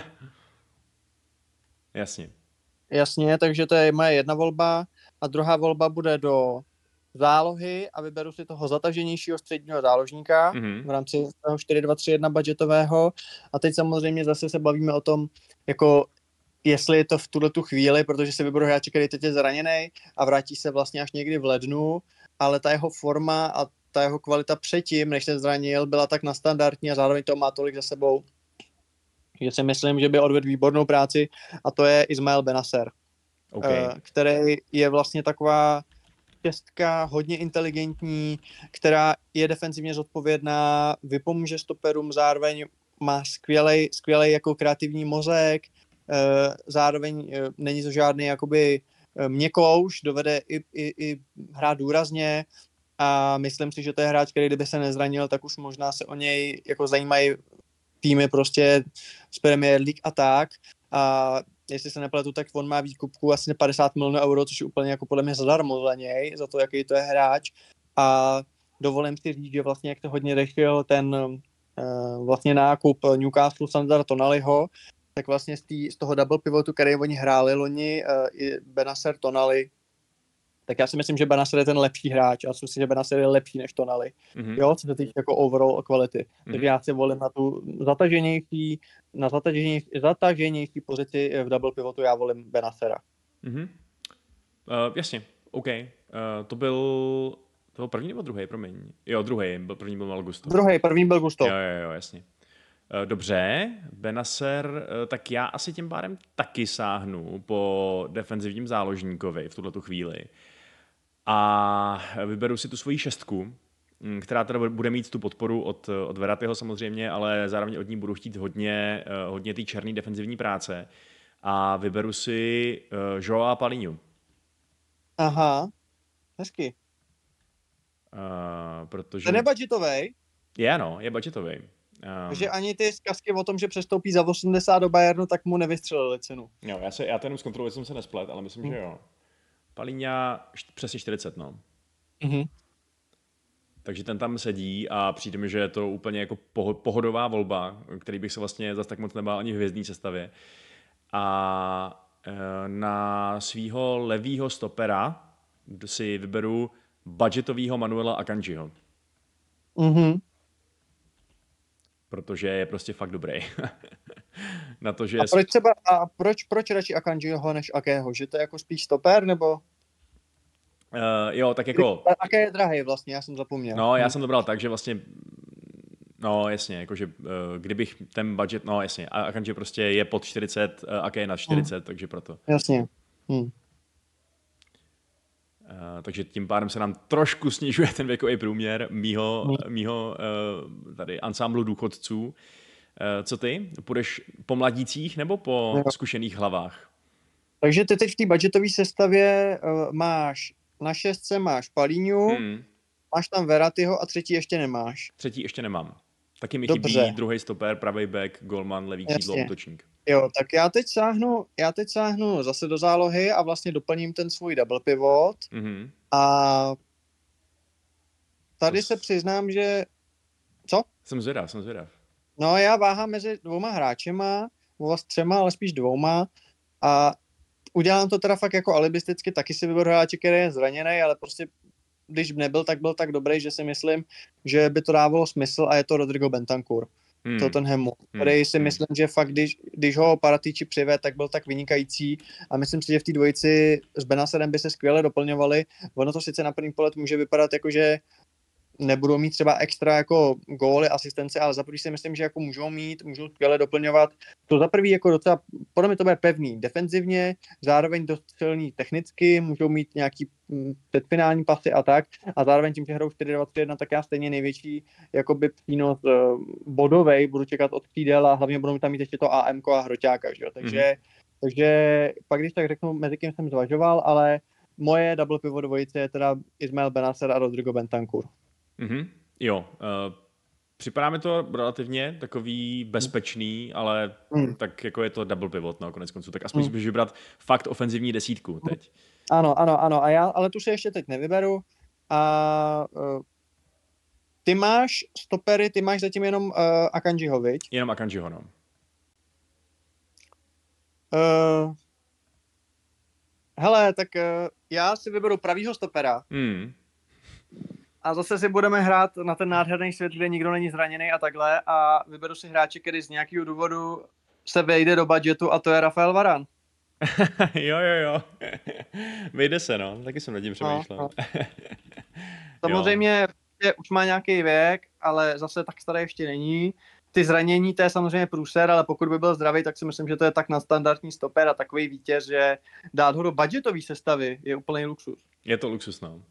Jasně. Jasně, takže to je moje jedna volba a druhá volba bude do zálohy a vyberu si toho zataženějšího středního záložníka mm-hmm. v rámci toho čtyři dva tři jedna budgetového a teď samozřejmě zase se bavíme o tom, jako jestli je to v tuhletu chvíli, protože si vyberu hráče, který teď je zraněný a vrátí se vlastně až někdy v lednu, ale ta jeho forma a ta jeho kvalita předtím, než se zranil, byla tak nastandardní a zároveň to má tolik za sebou, že si myslím, že by odvedl výbornou práci a to je Ismail Benacer, okay. který je vlastně taková šestka, hodně inteligentní, která je defenzivně zodpovědná, vypomůže stoperům, zároveň má skvělej, skvělej jako kreativní mozek, zároveň není to žádný jakoby měkouš, dovede i, i, i hrát důrazně a myslím si, že to je hráč, který kdyby se nezranil, tak už možná se o něj jako zajímají týmy prostě z Premier League a tak a jestli se nepletu, tak on má výkupku asi padesát milionů euro, což je úplně jako podle mě zadarmo za něj, za to, jaký to je hráč a dovolím si říct, že vlastně jak to hodně řešil ten uh, vlastně nákup Newcastle Sandra Tonaliho, tak vlastně z, tý, z toho double pivotu, který oni hráli loni, uh, i Benacer Tonali, tak já si myslím, že Benacer je ten lepší hráč. Já si myslím, že Benacer je lepší než Tonali. Mm-hmm. Jo, co se týče jako overall quality. Mm-hmm. Takže já si volím na tu zataženější, na zataženější, zataženější pozici v double pivotu, já volím Benacera. Mm-hmm. Uh, jasně, OK. Uh, to byl to byl první nebo druhý, promiň? Jo, druhý, byl první byl Malo Gusto. Druhý, první byl Gusto. Jo, jo, jo, jasně. Uh, dobře, Benacer, uh, tak já asi tím pádem taky sáhnu po defenzivním záložníkovi v tuhletu chvíli. A vyberu si tu svoji šestku, která teda bude mít tu podporu od, od Verrattiho samozřejmě, ale zároveň od ní budu chtít hodně, hodně té černé defenzivní práce. A vyberu si uh, Joao Palhinhu. Aha, hezky. Uh, protože... Ten je budgetovej? Je, no, je budgetovej. Um... Takže ani ty zkazky o tom, že přestoupí za osmdesát do Bayernu, tak mu nevystřelili cenu. Jo, já, se, já to jenom zkontroluji, jestli jsem se nesplet, ale myslím, hmm. že jo. Palhinha přesně čtyřicet, no. Mhm. Takže ten tam sedí a přijde mi, že je to úplně jako pohodová volba, který bych se vlastně zase tak moc nebál ani v hvězdní sestavě. A na svýho levýho stopera si vyberu budgetovýho Manuela Akanjiho. Mhm. Protože je prostě fakt dobrý. Na to, že a proč třeba, a proč, proč radši Akanjiho než Akého? Že to je jako spíš stoper, nebo? Uh, jo, tak jako... Aké je drahý vlastně, já jsem zapomněl. No, já jsem to bral tak, že vlastně... No, jasně, jakože uh, kdybych ten budget... No, jasně, Akanji prostě je pod čtyřicet, uh, Aké je na čtyřicet, hmm. takže proto. Jasně. Hmm. Uh, takže tím pádem se nám trošku snižuje ten věkový průměr mýho, hmm. mýho uh, tady ansámblu důchodců. Uh, co ty? Půjdeš po mladících nebo po no. zkušených hlavách? Takže ty teď v té budgetové sestavě uh, máš na šestce máš Palhinhu, hmm. máš tam Verrattiho a třetí ještě nemáš. Třetí ještě nemám. Taky mi Dobře. chybí druhý stoper, pravý back, golman, levý křídlo, útočník. Jo, tak já teď sáhnu, já teď sáhnu zase do zálohy a vlastně doplním ten svůj double pivot. Mm-hmm. A tady to se přiznám, že... Co? Jsem zvědav, jsem zvědav. No já váhám mezi dvouma hráčema, vlastně třema, ale spíš dvouma a udělám to teda fakt jako alibisticky, taky si vyberu hráče, který je zraněný, ale prostě když nebyl, tak byl tak dobrý, že si myslím, že by to dávalo smysl a je to Rodrigo Bentancur. Hmm. Tottenhamu, Hmm. který si Hmm. myslím, že fakt, když, když ho Paratici přived, tak byl tak vynikající a myslím si, že v té dvojici s Benacerem by se skvěle doplňovali. Ono to sice na první pohled může vypadat jako, že nebudou mít třeba extra jako góly, asistence, ale za první si myslím, že jako můžou mít, můžou skvěle doplňovat. To za první jako docela, podle mě to bude pevný defenzivně, zároveň dost silný technicky, můžou mít nějaký mm, předfinální pasy a tak, a zároveň tím, že hrajou čtyři dva tři jedna, tak já stejně největší jakoby přínos uh, bodovej budu čekat od křídel a hlavně budou tam mít ještě to AMko a Hroťáka, že jo, takže, mm-hmm. takže pak když tak řeknu, mezi kým jsem zvažoval, ale moje double pivot dvojice je teda Ismail Benacer a Rodrigo Bentancur. Mm-hmm. Jo, uh, připadá mi to relativně takový bezpečný, ale mm. tak jako je to double pivot, no, konec konců, tak aspoň mm. si můžeš vybrat fakt ofenzivní desítku teď. Ano, ano, ano, a já, ale tu se ještě teď nevyberu a uh, ty máš stopery, ty máš zatím jenom uh, Akanjiho, viď? Jenom Akanjiho, no. Uh, hele, tak uh, já si vyberu pravýho stopera. Mm. A zase si budeme hrát na ten nádherný svět, kde nikdo není zraněný a takhle a vyberu si hráče, který z nějakého důvodu se vejde do budgetu a to je Rafael Varane. jo, jo, jo. Vejde se, no. Taky jsem nad tím přemýšlel. No, no. Samozřejmě je, už má nějaký věk, ale zase tak starý ještě není. Ty zranění, to je samozřejmě průser, ale pokud by byl zdravý, tak si myslím, že to je tak nadstandardní stoper a takový vítěz, že dát ho do budgetové sestavy je úplný luxus. Je to luxus, no. Uh...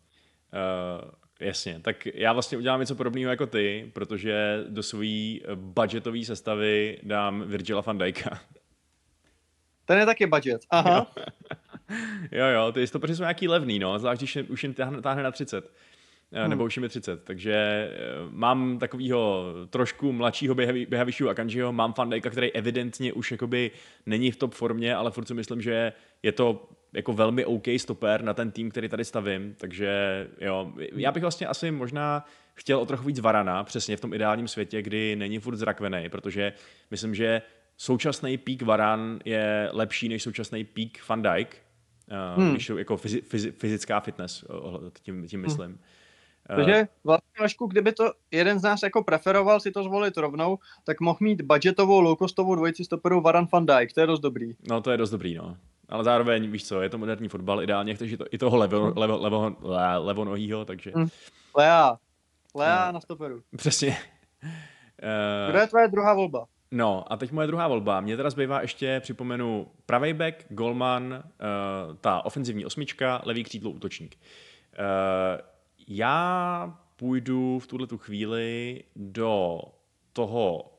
Jasně, tak já vlastně udělám něco podobného jako ty, protože do svojí budgetové sestavy dám Virgila van Dijka. Ten je taky budget, aha. Jo, jo, ty stopeři jsou nějaký levný, no, zvlášť když už jim táhne, táhne na třicet. Hmm. Nebo už jim je třicet, takže mám takovýho trošku mladšího běhavějšího Akanjiho, mám Van Dijka, který evidentně už jakoby není v top formě, ale furt si myslím, že je to jako velmi OK stoper na ten tým, který tady stavím, takže jo, já bych vlastně asi možná chtěl o trochu víc Varana, přesně v tom ideálním světě, kdy není furt zrakvenej, protože myslím, že současný pík Varan je lepší než současný pík Van Dijk, hmm. když jsou jako fyzi, fyzi, fyzická fitness, tím, tím myslím. Hmm. Takže vlastně, Vašku, kdyby to jeden z nás jako preferoval si to zvolit rovnou, tak mohl mít budgetovou, low-costovou dvojici stoperů Varane Van Dijk, to je dost dobrý. No to je dost dobrý, no. Ale zároveň, víš co, je to moderní fotbal, ideálně chceš to, i toho levo, hmm. levo, levo, le, levonohýho, takže... Hmm. Lea. Lea uh, na stoperu. Přesně. Uh, Kdo je tvoje druhá volba? No a teď moje druhá volba. Mně teda zbývá ještě, připomenu, pravej back, golman, uh, ta ofenzivní osmička, levý křídlo, útočník. Uh, Já půjdu v tuhletu chvíli do toho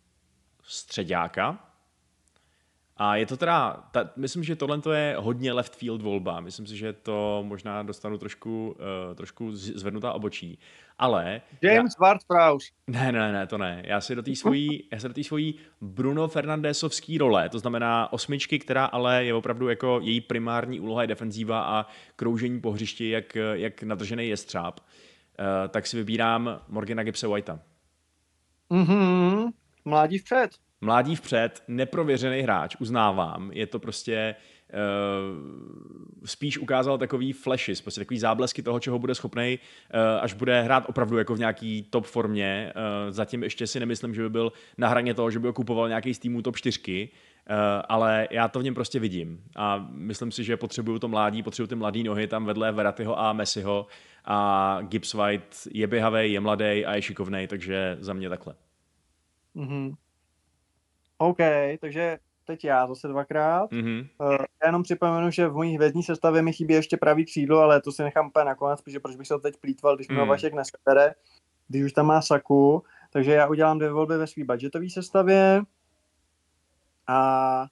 středáka a je to teda, ta, myslím, že tohle je hodně left field volba, myslím si, že to možná dostanu trošku, uh, trošku zvednutá obočí, ale... James Ward-Prowse. Ne, ne, ne, to ne. Já si do té svojí, já si do té svojí Bruno Fernandesovský role, to znamená osmičky, která ale je opravdu jako její primární úloha je defenzíva a kroužení po hřišti, jak, jak nadržený jestřáb, uh, tak si vybírám Morgana Gibbse Whitea. Mhm, mládí vpřed. Mládí vpřed, neprověřený hráč, uznávám. Je to prostě uh, spíš ukázal takový flashes, prostě takový záblesky toho, čeho bude schopnej, uh, až bude hrát opravdu jako v nějaký top formě. Uh, zatím ještě si nemyslím, že by byl na hraně toho, že by ho kupoval nějaký z týmů top čtyřky, uh, ale já to v něm prostě vidím. A myslím si, že potřebuju to mládí, potřebuju ty mladý nohy tam vedle Verrattiho a Messiho a Gibbs White je běhavej, je mladý a je šikovnej, takže za mě takhle. Mhm. OK, takže teď já zase dvakrát. Mm-hmm. Uh, já jenom připomenu, že v mojí hvězdní sestavě mi chybí ještě pravý křídlo, ale to si nechám úplně nakonec, protože proč bych se to teď plýtval, když mi ho Mm. Vašek nesebere, když už tam má Saku. Takže já udělám dvě volby ve své budgetové sestavě. A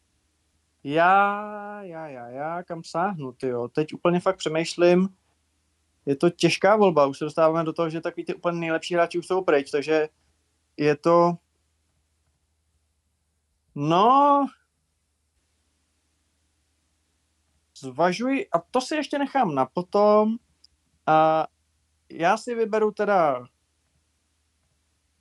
já, já, já, já, kam sáhnu, tyjo. Teď úplně fakt přemýšlím. Je to těžká volba, už se dostáváme do toho, že takový ty úplně nejlepší hráči už jsou pryč, takže je to... No, zvažuji, a to si ještě nechám na potom, a já si vyberu teda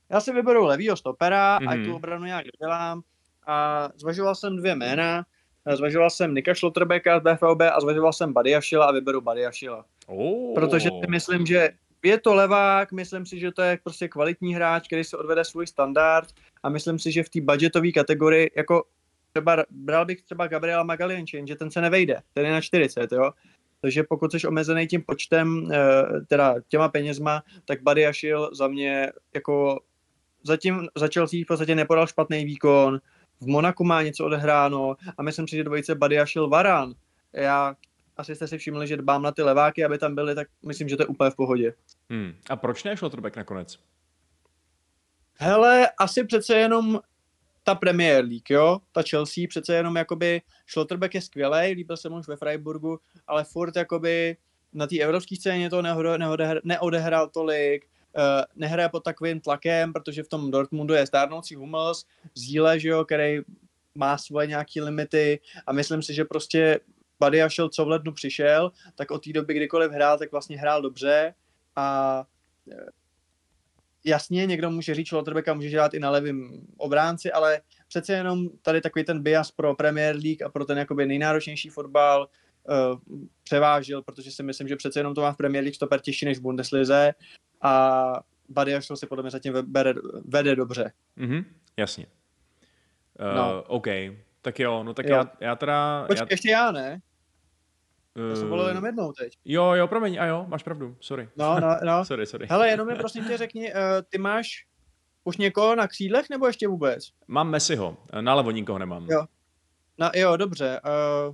Já si vyberu levýho stopera, mm-hmm. ať tu Mhm. obranu nějak dělám. A zvažoval jsem dvě jména. Zvažoval jsem Nika Schlotterbecka z B V B a zvažoval jsem Badiashila a vyberu Badiashila. Oh. Protože si myslím, že je to levák, myslím si, že to je prostě kvalitní hráč, který se odvede svůj standard a myslím si, že v té budgetové kategorii, jako třeba bral bych třeba Gabriela Magalienče, že ten se nevejde, ten je na čtyřicet, jo. Takže pokud jsi omezený tím počtem, teda těma penězma, tak Badiashil za mě jako zatím za Chelsea v podstatě nepodal špatný výkon, v Monaku má něco odehráno a myslím si, že dvojice Badiashil Varane. Já asi jste si všimli, že dbám na ty leváky, aby tam byly, tak myslím, že to je úplně v pohodě. Hmm. A proč ne Schlotterbeck nakonec? Hele, asi přece jenom ta Premier League, jo, ta Chelsea, přece jenom jakoby Schlotterbeck je skvělej, líbil se mu už ve Freiburgu, ale furt jakoby na té evropské scéně to neodehr, neodehrál tolik, uh, nehraje pod takovým tlakem, protože v tom Dortmundu je stárnoucí Hummels, Zíle, že jo, který má svoje nějaké limity a myslím si, že prostě Badiashil, co v lednu přišel, tak od té doby, kdykoliv hrál, tak vlastně hrál dobře a jasně, někdo může říct, Schlotterbecka může dělat i na levém obránci, ale přece jenom tady takový ten bias pro Premier League a pro ten jakoby nejnáročnější fotbal uh, převážil, protože si myslím, že přece jenom to má v Premier League stoper těžší než v Bundeslize a Badiashil si podle mě zatím vede, vede dobře. Mhm, jasně. Uh, no. OK, tak jo, no tak jo. Já, já teda... Počkej, já... ještě já ne? Já jsem volil jenom jednou teď. Jo, jo, promiň, a jo, máš pravdu, sorry. No, no, no. sorry, sorry. Hele, jenom mi prosím tě řekni, uh, ty máš už někoho na křídlech, nebo ještě vůbec? Mám Messiho, nalevo nikoho nemám. Jo, no, jo dobře. Uh...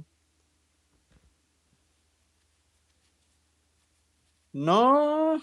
No,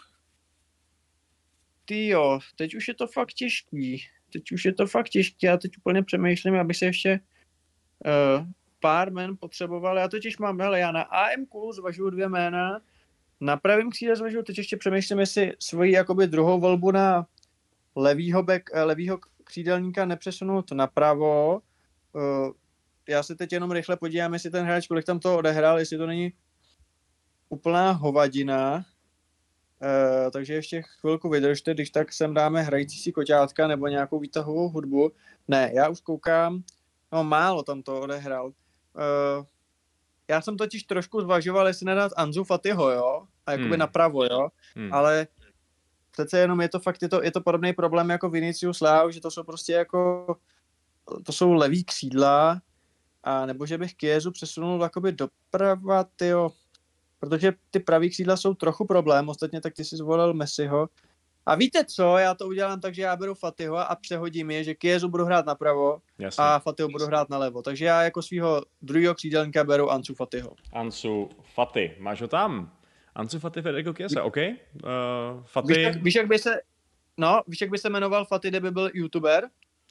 tyjo, teď už je to fakt těžký. Teď už je to fakt těžký, já teď úplně přemýšlím, abych se ještě uh, pár jmen potřeboval. Já totiž mám, hele, já na A M K zvažuju dvě jména, na pravém křídle zvažuju, teď ještě přemýšlím, jestli svoji jakoby druhou volbu na levýho, back, levýho křídelníka nepřesunout napravo. Uh, já se teď jenom rychle podívám, jestli ten hráč, kolik tam to odehrál, jestli to není úplná hovadina. Uh, takže ještě chvilku vydržte, když tak sem dáme hrající si koťátka nebo nějakou výtahovou hudbu. Ne, já už koukám, no málo tam to odehrál. Uh, já jsem totiž trošku zvažoval, jestli nedat Ansu Fatiho, jo, a jakoby hmm. napravo, jo, hmm. ale přece jenom je to fakt, je to, je to podobný problém jako Vinicius Leao, že to jsou prostě jako, to jsou levý křídla, a nebo že bych Kiezu přesunul jakoby doprava, tyjo, protože ty pravý křídla jsou trochu problém, ostatně tak ty si zvolil Messiho. A víte co, já to udělám tak, že já beru Fatiho a přehodím je, že Kiezu budu hrát napravo Jasně. a Fatiho budu hrát nalevo. Takže já jako svýho druhého křídelníka beru Ansu Fatiho. Ansu Fati, máš ho tam? Ansu Fati Federico Chiesa, OK. Uh, Fati... Víš jak, víš, jak by se, no, víš, jak by se jmenoval Fati, kdyby byl youtuber?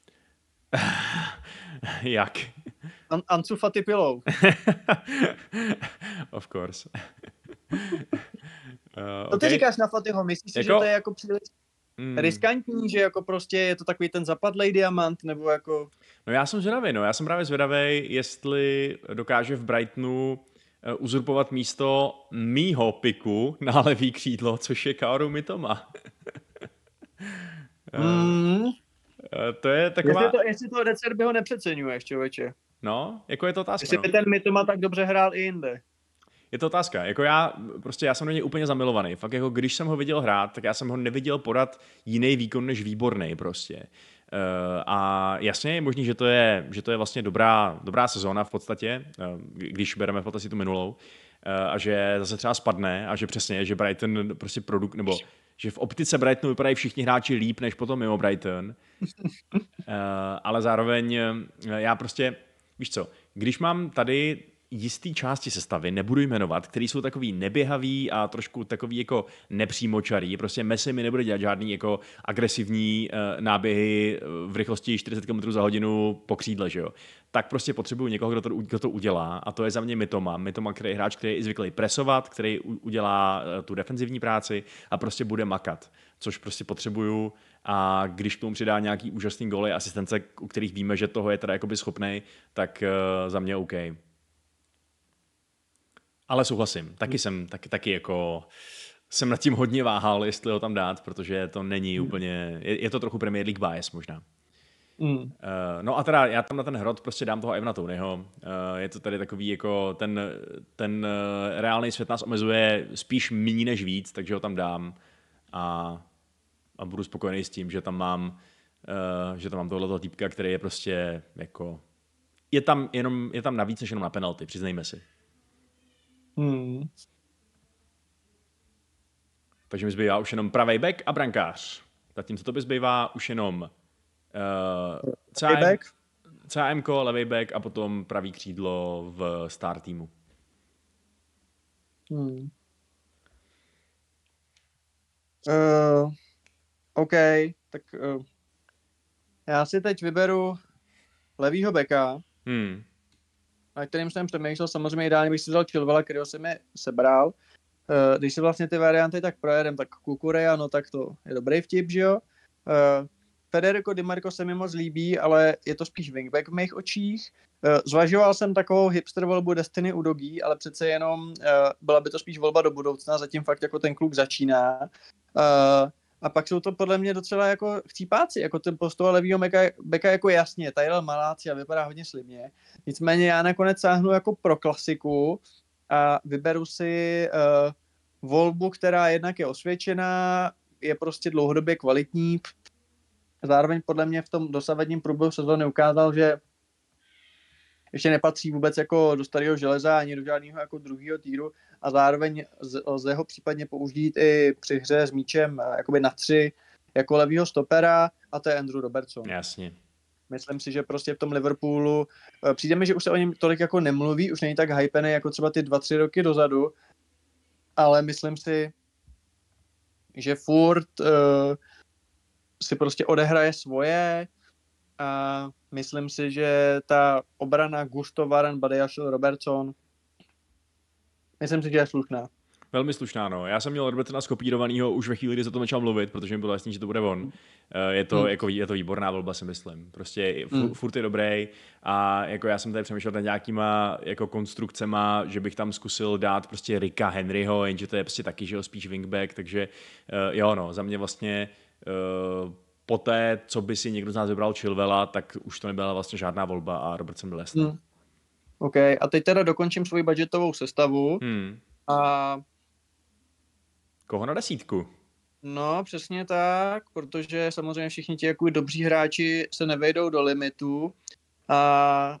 Jak? An- Ansu Fati Pillow. Of course. uh, Co ty okay. říkáš na Fatiho? Myslíš jako... si, že to je jako příliš mm. riskantní, že jako prostě je to takový ten zapadlej diamant, nebo jako... No já jsem zvědavý, no. Já jsem právě zvědavý, jestli dokáže v Brightonu uzurpovat místo mýho piku na levý křídlo, což je Kaoru Mitoma. mm. To je taková... Jestli to, jestli to De Zerbi ho nepřeceňuješ, člověče. No, jako je to otázka. Jestli by no. ten Mitoma tak dobře hrál i jinde. Je to otázka. Jako já, prostě já jsem do něj úplně zamilovaný. Fakt jako když jsem ho viděl hrát, tak já jsem ho neviděl podat jiný výkon než výborný prostě. Uh, a jasně je možný, že to je, že to je vlastně dobrá, dobrá sezóna v podstatě, uh, když bereme v potaz tu minulou, uh, a že zase třeba spadne a že přesně, že Brighton prostě produkt, nebo že v optice Brightonu vypadají všichni hráči líp než potom mimo Brighton. Uh, ale zároveň uh, já prostě, víš co, když mám tady jistý části sestavy, nebudu jmenovat, který jsou takový neběhavý a trošku takový jako nepřímočarý. Prostě Messi mi nebude dělat žádný jako agresivní uh, náběhy v rychlosti čtyřicet kilometrů za hodinu po křídle, že jo. Tak prostě potřebuju někoho, kdo to, kdo to udělá a to je za mě Mitoma. Mitoma, který je hráč, který je i zvyklý presovat, který udělá uh, tu defenzivní práci a prostě bude makat, což prostě potřebuju a když k tomu přidá nějaký úžasný góly, asistence, u kterých víme, že toho je teda jakoby schopnej, tak uh, za mě OK. Ale souhlasím, taky jsem taky, taky jako jsem nad tím hodně váhal, jestli ho tam dát, protože to není hmm. úplně, je, je to trochu Premier League bias možná. Mm. Uh, no a teda já tam na ten hrot prostě dám toho Ivana Toneyho. Uh, je to tady takový jako ten, ten uh, reálný svět nás omezuje spíš méně než víc, takže ho tam dám a, a budu spokojený s tím, že tam mám uh, že tam mám tohletoho týpka, který je prostě jako je tam jenom, je tam navíc než jenom na penalty, přiznejme si. Mm. Takže mi zbývá už jenom pravej back a brankář. Zatímco to by zbývá už jenom uh, C M, C M ko, levej back a potom pravý křídlo v star týmu. Hmm. Uh, OK, tak uh, já si teď vyberu levýho backa, Hmm. na kterým jsem přemýšlel, samozřejmě ideálně bych si vzal Chilwella, kterého jsem mi sebral. Uh, když si vlastně ty varianty tak projedem, tak Kukureya, no tak to je dobrý vtip, že jo? Uh, Federico Di Marco se mi moc líbí, ale je to spíš wingback v mých očích. Uh, zvažoval jsem takovou hipster volbu Destiny Udogie, ale přece jenom uh, byla by to spíš volba do budoucna, zatím fakt jako ten kluk začíná. Uh, a pak jsou to podle mě docela jako chcípáci, jako ten postoj levýho beka jako jasně, Tyrell Malacia vypadá hodně slibně. Nicméně já nakonec sáhnu jako pro klasiku a vyberu si uh, volbu, která jednak je osvědčená, je prostě dlouhodobě kvalitní. Zároveň podle mě v tom dosavadním průběhu sezóny ukázal, že ještě nepatří vůbec jako do starého železa ani do žádného jako druhého týru a zároveň lze ho případně použít i při hře s míčem jakoby na tři jako levýho stopera a to je Andrew Robertson. Jasně. Myslím si, že prostě v tom Liverpoolu přijde mi, že už se o něm tolik jako nemluví, už není tak hypený jako třeba ty dva, tři roky dozadu, ale myslím si, že furt uh, si prostě odehraje svoje a myslím si, že ta obrana Gusto, Varane, Badiashile, Robertson, myslím si, že je slušná. Velmi slušná, no. Já jsem měl Robertsona skopírovanýho už ve chvíli, kdy se o tom začal mluvit, protože mi bylo jasný, že to bude on. Je to, hmm. jako, je to výborná volba, si myslím. Prostě hmm. furt je dobrý a jako já jsem tady přemýšlel nad nějakýma jako konstrukcema, že bych tam zkusil dát prostě Ricka Henryho, jenže to je prostě taky, že jo, spíš wingback, takže uh, jo, no, za mě vlastně uh, poté, co by si někdo z nás vybral Chilwella, tak už to nebyla vlastně žádná volba a Robertson byl jasný. Hmm. OK, a teď teda dokončím svoji budgetovou sestavu hmm. a koho na desítku? No, přesně tak, protože samozřejmě všichni ti jako dobří hráči se nevejdou do limitu. A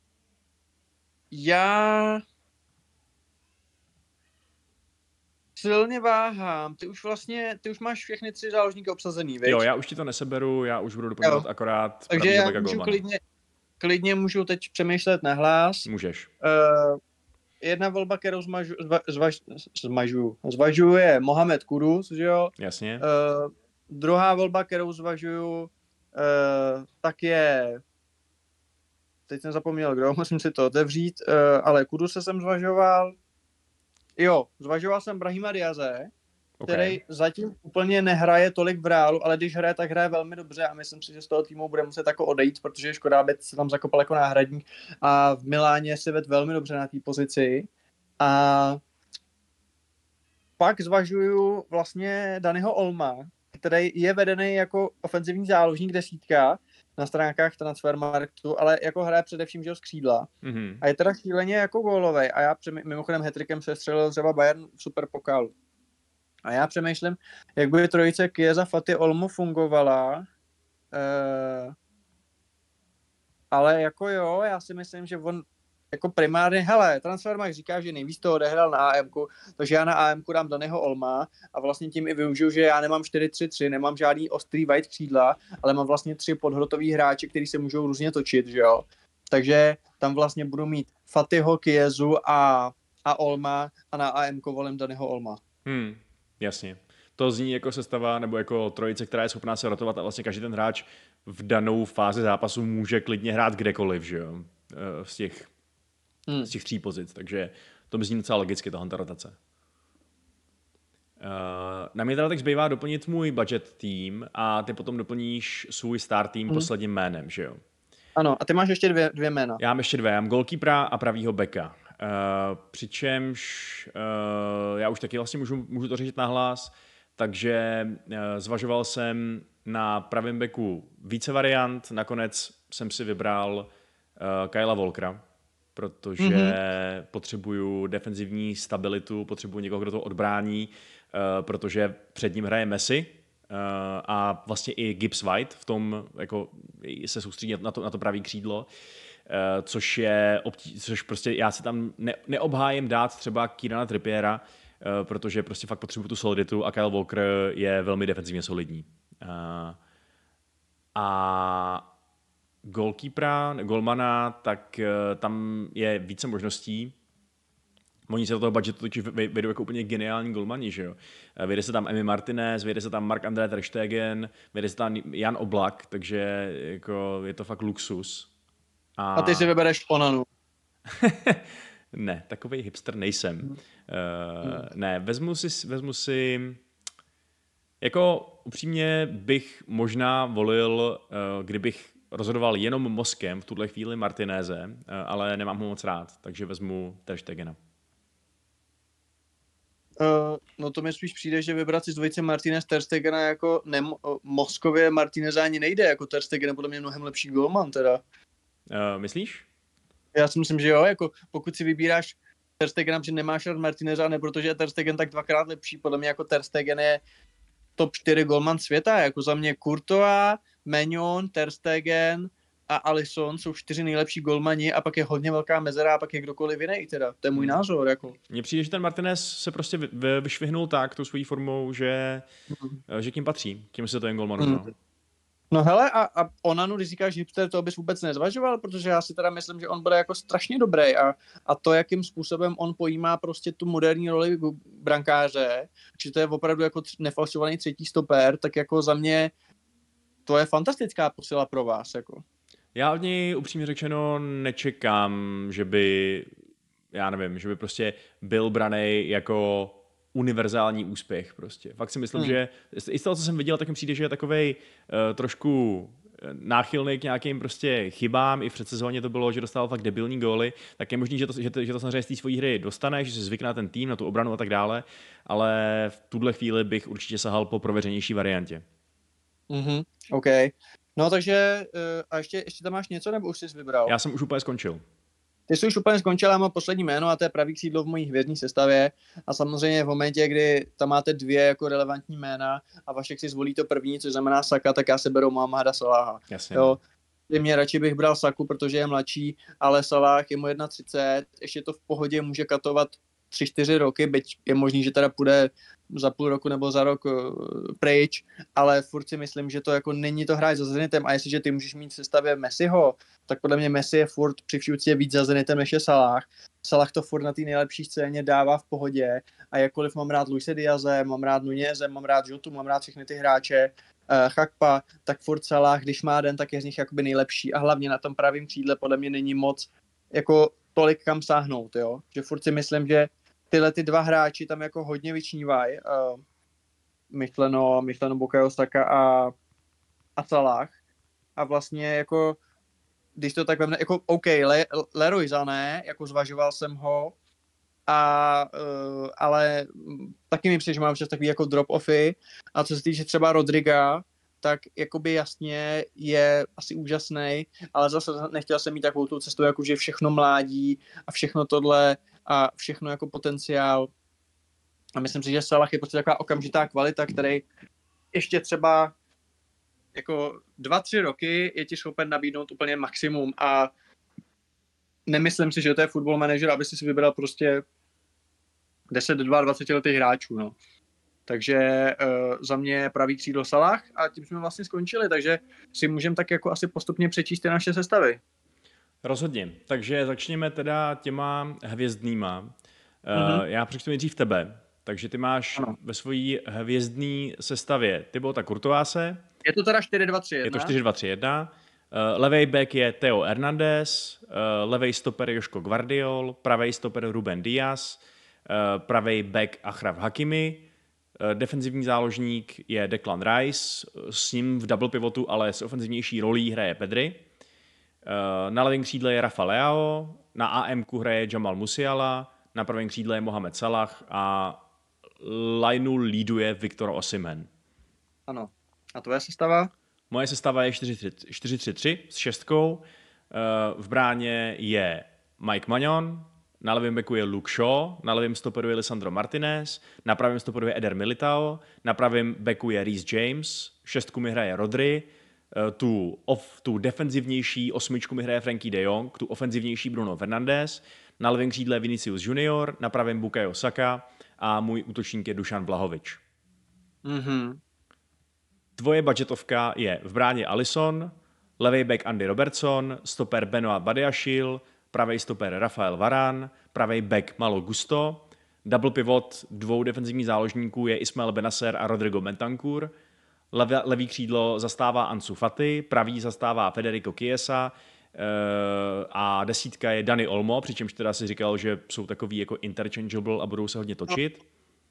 já silně váhám. Ty už vlastně, ty už máš všechny tři záložníky obsazený, viď? Jo, já už ti to neseberu, já už budu doplňovat akorát. Takže já můžu klidně, klidně můžu teď přemýšlet nahlas. Můžeš. Uh, Jedna volba, kterou zmažu, zva, zvaž, zmažuju, zvažuju je Mohamed Kudus, že jo? Jasně. Uh, druhá volba, kterou zvažuju, uh, tak je, teď jsem zapomněl, kdo, musím si to otevřít, uh, ale Kuduse jsem zvažoval. Jo, zvažoval jsem Brahima Diaze, okay. který zatím úplně nehraje tolik v Reálu, ale když hraje, tak hraje velmi dobře a myslím si, že z toho týmu bude muset jako odejít, protože je škoda, aby se tam zakopal jako náhradník a v Miláně si ved velmi dobře na té pozici. A pak zvažuju vlastně Daniho Olma, který je vedený jako ofenzivní záložník desítka na stránkách Transfermarktu, ale jako hraje především že z křídla. Mm-hmm. A je teda šíleně jako gólovej a já mimochodem hat-trickem se střelil třeba Bayern v Superpokálu. A já přemýšlím, jak by trojice Chiesa, Fati, Olmo fungovala. Uh, ale jako jo, já si myslím, že on jako primárně, hele, Transfermarkt říká, že nejvíc to odehrál na á emku, takže já na á emku dám Danyho Olma a vlastně tím i využiju, že já nemám čtyři tři tři, nemám žádný ostrý white křídla, ale mám vlastně tři podhrotový hráči, kteří se můžou různě točit, že jo. Takže tam vlastně budu mít Fatiho, Chiesu a, a Olma a na á emku volím Danyho Olma. Hmm. Jasně. To zní jako sestava nebo jako trojice, která je schopná se rotovat a vlastně každý ten hráč v danou fázi zápasu může klidně hrát kdekoliv, že jo? Z těch, hmm. z těch tří pozic, takže to mi zní docela logicky, tahle rotace. Uh, na mě teda tak zbývá doplnit můj budget tým a ty potom doplníš svůj star tým hmm. posledním jménem, že jo? Ano, a ty máš ještě dvě, dvě jména. Já mám ještě dvě, já mám goalkeepera a pravýho beka. Uh, přičemž uh, já už taky vlastně můžu, můžu to řešit nahlas, takže uh, zvažoval jsem na pravém beku více variant, nakonec jsem si vybral uh, Kylea Walkera, protože mm-hmm. potřebuju defenzivní stabilitu, potřebuju někoho, kdo to odbrání, uh, protože před ním hraje Messi uh, a vlastně i Gibbs White v tom jako se soustředí na to, na to pravý křídlo. Uh, což je, obtí, což prostě já si tam ne, neobhájím dát třeba Kierana Trippiera, uh, protože prostě fakt potřebuji tu soliditu a Kyle Walker je velmi defenzivně solidní. Uh, a goalkeepera, golmana, tak uh, tam je více možností. Oni se do toho budgetu totiž vejdou jako úplně geniální golmani, že jo. Vejde se tam Emi Martinez, vejde se tam Marc-André ter Stegen, vejde se tam Jan Oblak, takže jako je to fakt luxus. A, a ty si vybereš Onanu. Ne, takovej hipster nejsem. Hmm. Uh, ne, vezmu si, vezmu si... Jako upřímně bych možná volil, uh, kdybych rozhodoval jenom mozkem v tuhle chvíli Martinéze, uh, ale nemám ho moc rád, takže vezmu ter Stegena. Uh, no to mi spíš přijde, že vybrat si z dvojice Martinez ter Stegena jako nemo- mozkově Martineza ani nejde, jako ter Stegen je podle mě mnohem lepší golman teda. Uh, myslíš? Já si myslím, že jo, jako pokud si vybíráš ter Stegena, že nemáš rád Martineza, ne protože je ter Stegen tak dvakrát lepší, podle mě jako ter Stegen je top čtyři golman světa, jako za mě Courtois, Maignan, ter Stegen a Alisson jsou čtyři nejlepší golmani a pak je hodně velká mezera a pak je kdokoliv jiný teda, to je můj názor, jako. Mně přijde, že ten Martinez se prostě vy, vyšvihnul tak tou svojí formou, že, mm. že kým patří, kým se to jen golmanu. Mm. No. No hele, a, a Onanu, když říkáš hipster, to bys vůbec nezvažoval, protože já si teda myslím, že on bude jako strašně dobrý a, a to, jakým způsobem on pojímá prostě tu moderní roli brankáře, že to je opravdu jako nefalšovaný třetí stoper, tak jako za mě to je fantastická posila pro vás, jako. Já od něj upřímně řečeno nečekám, že by, já nevím, že by prostě byl branej jako univerzální úspěch prostě. Fakt si myslím, hmm. že i z toho, co jsem viděl, tak mi přijde, že je takovej uh, trošku náchylný k nějakým prostě chybám. I v předsezóně to bylo, že dostal fakt debilní góly, tak je možný, že to, že to, že to samozřejmě z té svojí hry dostane, že si zvykne na ten tým, na tu obranu a tak dále, ale v tuhle chvíli bych určitě sahal po prověřenější variantě. Mhm, OK. No takže uh, a ještě, ještě tam máš něco, nebo už jsi vybral? Já jsem už úplně skončil. Ty jsi už úplně skončil, já mám poslední jméno a to je pravý křídlo v mojí hvězdní sestavě a samozřejmě v momentě, kdy tam máte dvě jako relevantní jména a Vašek si zvolí to první, což znamená Saka, tak já se beru Mohameda Salaha. Jasně. Jo. Mě radši bych bral Saku, protože je mladší, ale Salah je mu třicet jedna, ještě to v pohodě může katovat tři čtyři roky, byť je možný, že teda půjde za půl roku nebo za rok uh, pryč, ale furt si myslím, že to jako není to hráč za Zenitem a jestliže ty můžeš mít v sestavě Messiho, tak podle mě Messi je furt při vší úctě víc za Zenitem než je Salah. Salah to furt na té nejlepší scéně dává v pohodě a jakkoliv mám rád Luise Diaze, mám rád Nuneze, mám rád Jotu, mám rád všechny ty hráče, uh, Chakpa, tak furt Salah, když má den, tak je z nich jakoby nejlepší a hlavně na tom pravém křídle podle mě není moc jako tolik kam sáhnout, jo? Že furt si myslím, že tyhle ty dva hráči tam jako hodně vyčnívají, uh, myšleno, myšleno Bukayo Saka a, a Salah a vlastně jako když to tak vemne, jako OK, Le, Leroy Sané, jako zvažoval jsem ho, a, uh, ale taky mi přijde, že mám čas takový jako drop-offy a co se týče třeba Rodriga, tak jakoby jasně je asi úžasný, ale zase nechtěl jsem mít takovou tu cestu, jako že všechno mládí a všechno tohle a všechno jako potenciál. A myslím si, že Salah je prostě taková okamžitá kvalita, který ještě třeba jako dva, tři roky je ti schopen nabídnout úplně maximum a nemyslím si, že to je football manager, aby si si vybral prostě deset do dvacet dva letých hráčů, no. Takže uh, za mě pravý křídlo Salah a tím jsme vlastně skončili, takže si můžeme tak jako asi postupně přečíst ty naše sestavy. Rozhodně, takže začněme teda těma hvězdnýma. Mm-hmm. Uh, já přečtu nejdřív tebe, takže ty máš ano. ve svojí hvězdný sestavě Thibauta Courtoise. Je to teda čtyři dva tři jedna. Je to čtyři dva tři jedna. Uh, levej back je Theo Hernandez, uh, levej stoper Joško Gvardiol, pravej stoper Ruben Dias, uh, pravej back Achraf Hakimi, defenzivní záložník je Declan Rice, s ním v double pivotu, ale s ofenzivnější rolí hraje Pedri. Na levém křídle je Rafa Leao, na á emku hraje Jamal Musiala, na pravém křídle je Mohamed Salah a lineu líduje Victor Osimhen. Ano. A tvoje sestava? Moje sestava je čtyři tři tři s šestkou. V bráně je Mike Maignan, na levém beku je Luke Shaw, na levém stoperu je Lisandro Martinez, na pravém stoperu je Eder Militao, na pravém beku je Reece James, šestku mi hraje Rodri, tu, off, tu defenzivnější osmičku mi hraje Frankie de Jong, tu ofenzivnější Bruno Fernandes, na levém křídle Vinicius Junior, na pravém Bukayo Saka a můj útočník je Dušan Vlahovič. Mhm. Tvoje budgetovka je v bráně Alisson, levý back Andy Robertson, stoper Benoit Badiashile, pravý stoper Rafael Varane, pravý back Malo Gusto, double pivot dvou defenzivních záložníků je Ismail Benacer a Rodrigo Bentancur, levý, levý křídlo zastává Ansu Fati, pravý zastává Federico Chiesa a desítka je Dani Olmo, přičemž teda si říkal, že jsou takový jako interchangeable a budou se hodně točit.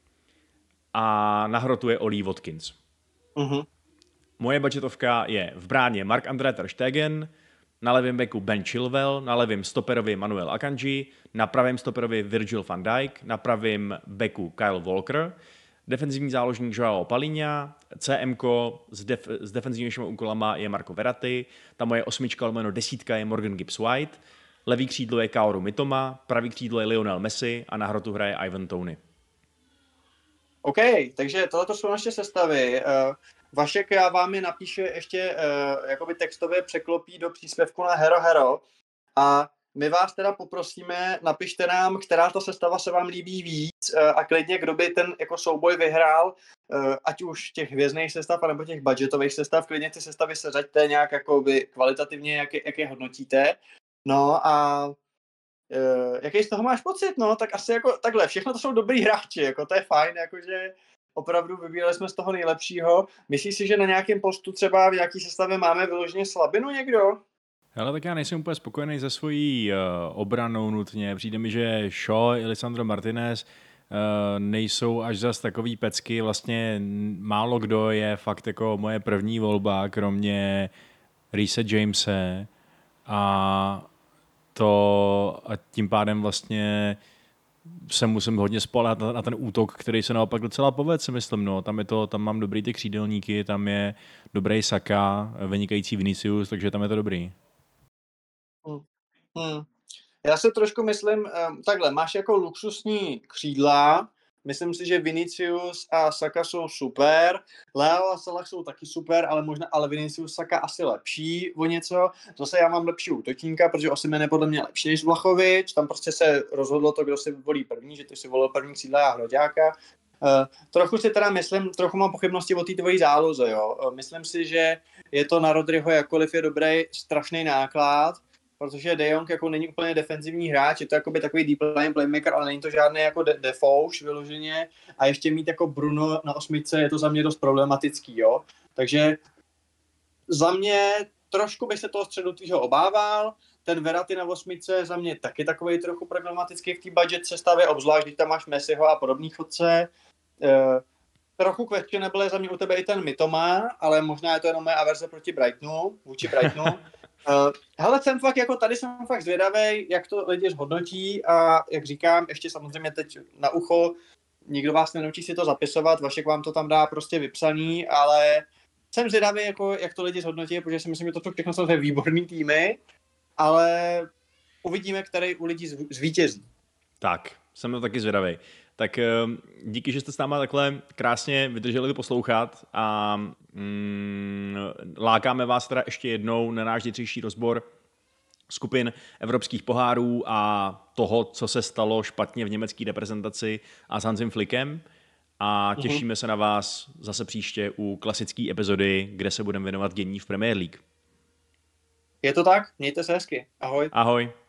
A na hrotu je Ollie Watkins. Uh-huh. Moje budgetovka je v bráně Marc-André ter Stegen, na levém beku Ben Chilwell, na levém stoperovi Manuel Akanji, na pravém stoperovi Virgil van Dijk, na pravém beku Kyle Walker, defenzivní záložník Joao Palhinha, cé emko s, def, s defenzivnějšími úkolama je Marco Verratti, ta moje osmička lomeno desítka je Morgan Gibbs-White, levý křídlo je Kaoru Mitoma, pravý křídlo je Lionel Messi a na hrotu hraje Ivan Toney. OK, takže tohle jsou naše sestavy. Uh, Vašek já vám je napíše ještě uh, jakoby textově překlopí do příspěvku na Hero Hero a my vás teda poprosíme, napište nám, která ta sestava se vám líbí víc uh, a klidně, kdo by ten jako souboj vyhrál, uh, ať už těch hvězdných sestav, nebo těch budgetových sestav, klidně ty sestavy seřaďte nějak jakoby kvalitativně, jak je, jak je hodnotíte. No a uh, jaký z toho máš pocit? No, tak asi jako takhle, všechno to jsou dobrý hráči, jako to je fajn, jakože opravdu vybírali jsme z toho nejlepšího. Myslíš si, že na nějakém postu třeba v nějaký sestavě máme vyloženě slabinu někdo? Ale tak já nejsem úplně spokojený se svojí uh, obranou nutně. Přijde mi, že Shaw i Lisandro Martinez uh, nejsou až zas takový pecky. Vlastně málo kdo je fakt jako moje první volba, kromě Reece Jamese. A to a tím pádem vlastně se musím hodně spoléhat na, na ten útok, který se naopak docela povedl, si myslím. No. Tam, je to, tam mám dobrý ty křídelníky, tam je dobrý Saka, vynikající Vinicius, takže tam je to dobrý. Hmm. Hmm. Já si trošku myslím, um, takhle, máš jako luxusní křídla, myslím si, že Vinicius a Saka jsou super, Leo a Salah jsou taky super, ale možná, ale Vinicius Saka asi lepší o něco. Zase já mám lepší útočníka, protože Osimhen je podle mě lepší než Vlahovič, tam prostě se rozhodlo to, kdo si volí první, že ty si volil první křídla a Hroďáka. Uh, trochu si teda myslím, trochu mám pochybnosti o té tvojí záloze, jo. Uh, myslím si, že je to na Rodryho, jakkoliv je dobrý, strašný náklad, protože De Jong jako není úplně defenzivní hráč, je to jakoby takový deep line playmaker, ale není to žádný jako de- defouš vyloženě a ještě mít jako Bruno na osmičce je to za mě dost problematický, jo. Takže za mě trošku bych se toho středu tvýho obával, ten Verratti na osmičce za mě taky takový trochu problematický v té budget sestavě, obzvlášť, když tam máš Messiho a podobný chodce. E, trochu questionable je za mě u tebe i ten Mitoma, ale možná je to jenom moje averze proti Brightonu, vůči Brightonu. Uh, hele, jsem fakt, jako tady jsem fakt zvědavej, jak to lidi zhodnotí a jak říkám, ještě samozřejmě teď na ucho, nikdo vás nenaučí si to zapisovat, Vašek vám to tam dá prostě vypsaný, ale jsem zvědavý, jako, jak to lidi zhodnotí, protože si myslím, že to jsou všechno jsou výborný týmy, ale uvidíme, který u lidí zvítězí. Tak, jsem to taky zvědavý. Tak díky, že jste s náma takhle krásně vydrželi poslouchat a mm, lákáme vás teda ještě jednou na náš zítřejší rozbor skupin evropských pohárů a toho, co se stalo špatně v německé reprezentaci a s Hansem Flickem. A těšíme uh-huh. se na vás zase příště u klasické epizody, kde se budeme věnovat dění v Premier League. Je to tak? Mějte se hezky. Ahoj. Ahoj.